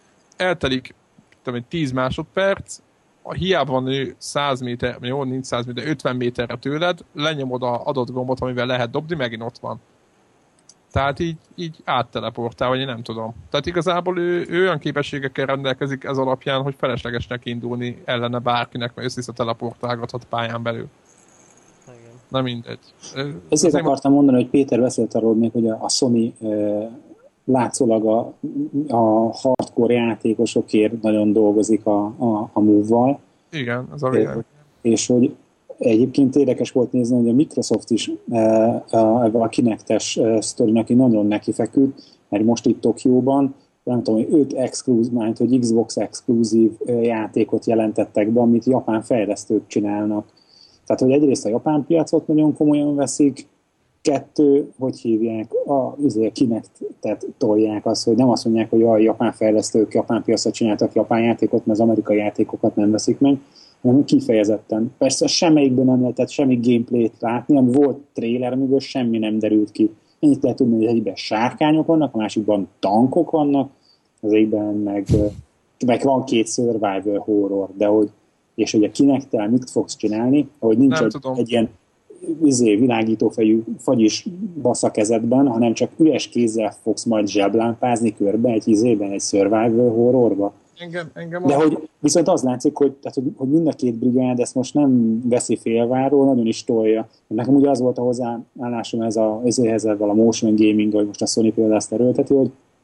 S4: eltelik tudom, tíz másodperc, hiába van nő száz méter, jó, nincs száz méter, ötven méterre tőled, lenyomod a adott gombot, amivel lehet dobni, megint ott van. Tehát így, így átteleportál, vagy én nem tudom. Tehát igazából ő, ő olyan képességekkel rendelkezik ez alapján, hogy feleslegesnek indulni ellene bárkinek, mert össze teleportálgathat pályán belül. Igen. Na mindegy.
S1: Ezért akartam mondani, hogy Péter beszélt arról még, hogy a, a Sony e, látszólag a, a hardcore játékosokért nagyon dolgozik a, a, a Move-val.
S4: Igen, az a világ.
S1: És hogy egyébként érdekes volt nézni, hogy a Microsoft is ebben a Kinect-es sztorinak nagyon nekifeküdt, mert most itt Tokióban, nem tudom, hogy öt exkluzív, mert hogy Xbox exkluzív játékot jelentettek be, amit japán fejlesztők csinálnak. Tehát, hogy egyrészt a japán piacot nagyon komolyan veszik, kettő, hogy hívják, a, a Kinect-et tolják azt, hogy nem azt mondják, hogy a japán fejlesztők japán piacra csináltak japán játékot, mert az amerikai játékokat nem veszik meg, hanem kifejezetten. Persze semmelyikben nem lehetett semmi gameplayt látni, ami volt trailer mögött, semmi nem derült ki. Ennyit lehet tudni, hogy egyben sárkányok vannak, a másikban tankok vannak, az egyben meg, meg van két survival horror, de hogy, és hogy a Kinect-tel mit fogsz csinálni, hogy nincs egy, egy ilyen izé, világítófejű fagyis basz a kezedben, hanem csak üres kézzel fogsz majd zseblámpázni körbe egy izében, egy survival horrorba.
S4: Engem, engem
S1: de a... hogy viszont az látszik, hogy, tehát, hogy, hogy mind a két brigád ezt most nem veszi félváról, nagyon is tolja. Nekem ugye az volt a hozzáállásom ez a, ezért ezzel a motion gaming, hogy most a Sony például ezt erőlteti, hogy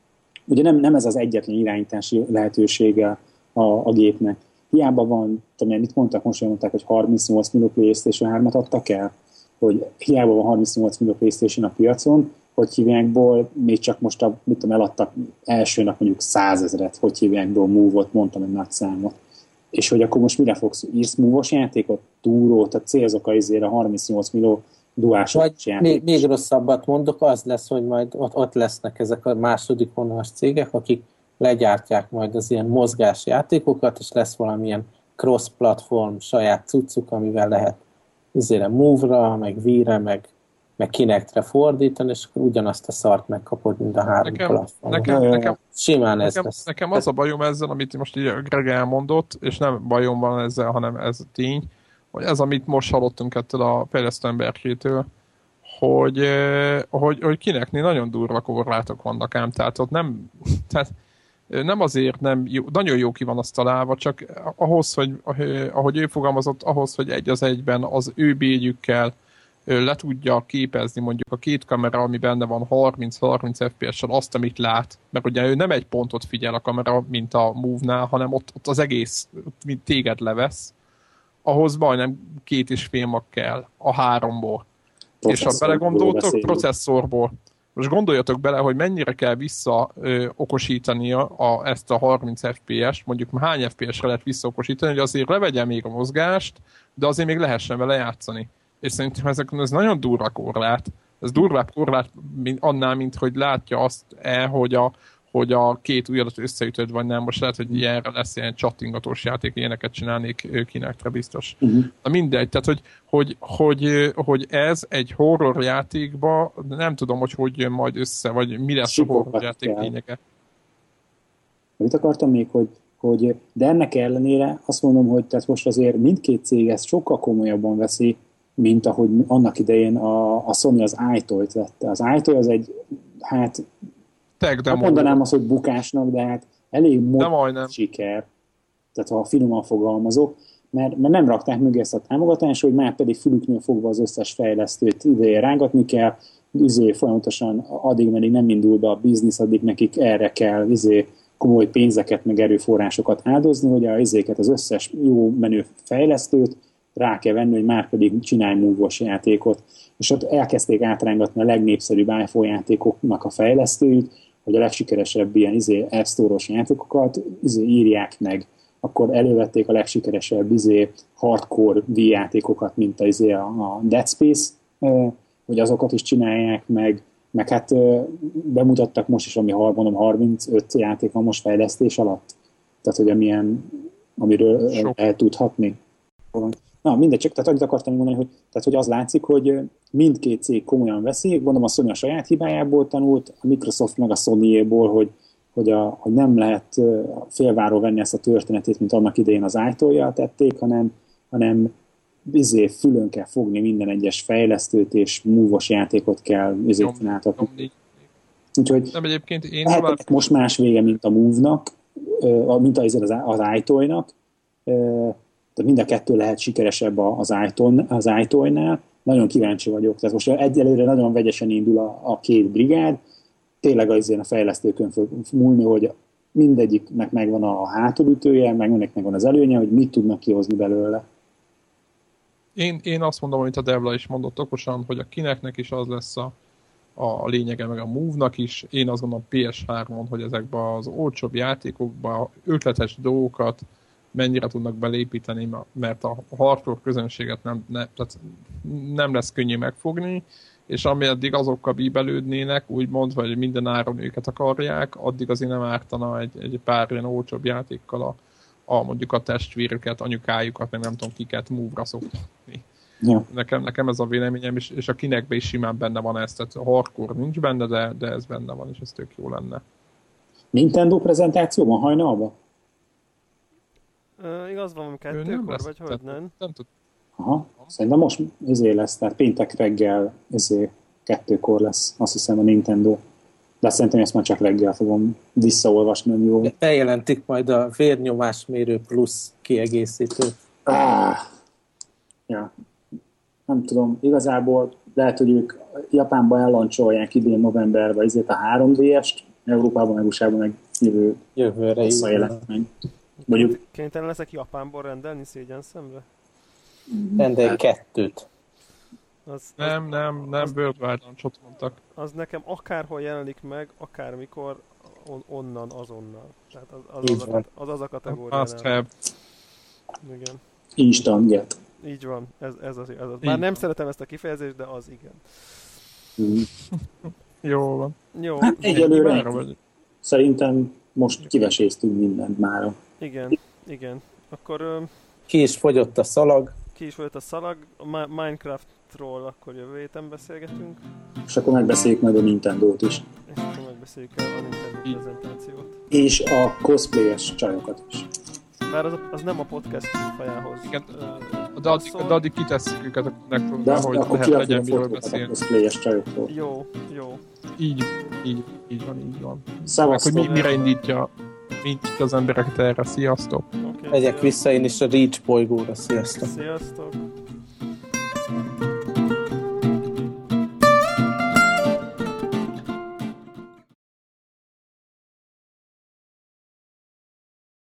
S1: ugye nem, nem ez az egyetlen irányítási lehetősége a, a gépnek. Hiába van, tudom, mit mondtak, most mondták, hogy harmincnyolc millió PlayStation hármat adtak el, hogy hiába van harmincnyolc millió PlayStation a piacon, hogy hívjákból még csak most a, mit tudom, eladtak első nap mondjuk százezret, hogy hívjákból Move-ot, mondtam egy nagy számot. És hogy akkor most mire fogsz? Írsz Move-os játékot? Túrót, tehát célzok a izére harmincnyolc millió duásos játék.
S3: Még, még rosszabbat mondok, az lesz, hogy majd ott, ott lesznek ezek a második vonalas cégek, akik legyártják majd az ilyen mozgásjátékokat, és lesz valamilyen cross-platform saját cuccuk, amivel lehet izére Move-ra, meg Wii-re, meg, meg Kinect-re fordítani, és akkor ugyanazt a szart megkapod, mint a három
S4: nekem,
S3: platformon.
S4: Nekem, nekem,
S3: Simán ez
S4: nekem,
S3: lesz.
S4: nekem az a bajom ezzel, amit most így Greg elmondott, és nem bajom van ezzel, hanem ez a tény, hogy ez, amit most hallottunk ettől a fejlesztő emberkétől, hogy, hogy, hogy Kinectnél nagyon durva korlátok vannak ám, tehát ott nem, tehát nem azért nem jó, nagyon jó ki van azt találva, csak ahhoz, hogy ahogy ő fogalmazott, ahhoz, hogy egy az egyben az ő bélyükkel le tudja képezni mondjuk a két kamera, ami benne van harminc-harminc ef pé es-sel azt, amit lát, mert ugye ő nem egy pontot figyel a kamera, mint a Move-nál, hanem ott, ott az egész, mint téged levesz, ahhoz majdnem két és fél mag kell a háromból. És ha belegondoltok, processzorból. Most gondoljatok bele, hogy mennyire kell vissza ö, okosítania a, ezt a harminc ef pé es-t, mondjuk hány ef pé es-re lehet visszaokosítani, hogy azért levegye még a mozgást, de azért még lehessen vele játszani. És szerintem ezek, ez nagyon durva korlát. Ez durvább korlát mint, annál, mint hogy látja azt el, hogy a, hogy a két ujjadat összeütöd, vagy nem. Most lehet, hogy ilyenre lesz ilyen chattingatós játék, ilyeneket csinálnék Kinectre biztos. Uh-huh. Na mindegy, tehát hogy, hogy, hogy, hogy ez egy horror játékba, nem tudom, hogy hogy jön majd össze, vagy mi lesz Sipokat a horror játék kell. Lényege.
S1: Mit akartam még, hogy, hogy de ennek ellenére azt mondom, hogy tehát most azért mindkét cég ezt sokkal komolyabban veszi, mint ahogy annak idején a, a Sony az iToy-t vette. Az iToy az egy, hát nem mondanám azt, hogy bukásnak, de hát elég mod siker, tehát ha finoman fogalmazok, mert, mert nem rakták mögé ezt a támogatást, hogy már pedig fülüknél fogva az összes fejlesztőt ide rángatni kell, izé folyamatosan addig, meddig nem indul be a biznisz, addig nekik erre kell izé komoly pénzeket, meg erőforrásokat áldozni, hogy a izéket, az összes jó menő fejlesztőt rá kell venni, hogy már pedig csinálj Move-os játékot. És ott elkezdték átrángatni a legnépszerűbb iPhone játékoknak a fejlesztőit, hogy a legsikeresebb ilyen izé, App Store-os játékokat izé, írják meg. Akkor elővették a legsikeresebb izé, hardcore Wii játékokat, mint a, izé, a Dead Space, hogy azokat is csinálják meg, meg hát bemutattak most is, ami mondom, harmincöt játék van most fejlesztés alatt. Tehát, hogy amilyen, amiről Sok. el tudhatni. Na, mindegy, csak tehát annyit akartam mondani, hogy, tehát, hogy az látszik, hogy mindkét cég komolyan veszi, gondolom a Sony a saját hibájából tanult, a Microsoft meg a Sony-éból, hogy, hogy, a, hogy nem lehet félváról venni ezt a történetét, mint annak idején az iToy-jal tették, hanem, hanem bizé fülön kell fogni minden egyes fejlesztőt, és Move-os játékot kell bizé csináltatni. Úgyhogy
S4: nem, egyébként én
S1: lehet, tovább... most más vége, mint a Move-nak, mint az, az iToy-nak, tehát mind a kettő lehet sikeresebb az iToy-nál. Nagyon kíváncsi vagyok. Tehát most egyelőre nagyon vegyesen indul a, a két brigád. Tényleg azért a fejlesztőkön fog múlni, hogy mindegyiknek megvan a hátulütője, meg mindennek megvan az előnye, hogy mit tudnak kihozni belőle.
S4: Én, én azt mondom, amit a Devla is mondott okosan, hogy a Kinectnek is az lesz a, a lényege, meg a Move-nak is. Én azt gondolom pé es hármon, hogy ezekben az olcsóbb játékokban ötletes dolgokat mennyire tudnak belépíteni, mert a hardcore közönséget nem, ne, tehát nem lesz könnyű megfogni, és ameddig azokkal bíbelődnének, úgymond, vagy minden áron őket akarják, addig azért nem ártana egy, egy pár ilyen olcsóbb játékkal a, a mondjuk a testvérüket, anyukájukat, meg nem tudom kiket Move-ra szoktatni. Ja. Nekem, nekem ez a véleményem, és, és a Kinectben is simán benne van ez, tehát a hardcore nincs benne, de, de ez benne van, és ez tök jó lenne.
S1: Nintendo prezentációban hajnalban?
S2: Uh, igaz van, kettőkor, vagy hogy nem? Nem tud.
S1: Aha, szerintem most ezért lesz, tehát péntek reggel ezért kettőkor lesz, azt hiszem a Nintendo. De szerintem ezt már csak reggel fogom visszaolvasni, hogy jó.
S3: Bejelentik majd a vérnyomásmérő plusz kiegészítő.
S1: Ah, ja. Nem tudom, igazából lehet, hogy ők Japánba ellancsolják idén novemberben ezért a három dé est, Európában, meg u es á-ban meg jövő
S3: Jövőre
S1: élet meg. Mondjuk...
S2: Kénytelen leszek Japánból rendelni szégyen szemre?
S3: Rendelj kettőt.
S2: Az,
S4: Nem, nem, nem, Worldwide Launch-ot mondtak.
S2: Az nekem akárhol jelenik meg, akármikor, on, onnan, azonnal. Tehát az az, az, az, a, az, az a kategória.
S4: Must have.
S2: Igen.
S1: Instant get.
S2: Így van, ez, ez az. Ez az. Már nem szeretem ezt a kifejezést, de az igen.
S1: Mm.
S4: Jó van.
S2: Jó.
S1: Hát egyelőre szerintem most kiveséztünk mindent mára.
S2: Igen, igen. Akkor...
S3: Ki is fogyott a szalag.
S2: Ki is fogyott a szalag. A Minecraftról akkor jövő héten beszélgetünk.
S1: És akkor megbeszéljük majd a Nintendót is.
S2: És akkor megbeszéljük el a Nintendo prezentációt.
S1: És a cosplayes csajokat is.
S2: Bár az, az nem a podcast fajához.
S4: Igen, de addig, de addig kitesszük őket a connectorba, hogy
S1: akkor
S4: lehet legyen miről beszélni.
S1: A cosplayes csajokról.
S2: Jó, jó.
S4: Így, így, így van, így van.
S1: Szevasztok.
S4: Meg, hogy mi, mire indítja, indítja az embereket erre. Sziasztok!
S2: Okay,
S3: Megyek vissza én is a Reach bolygóra. Sziasztok!
S2: Sziasztok!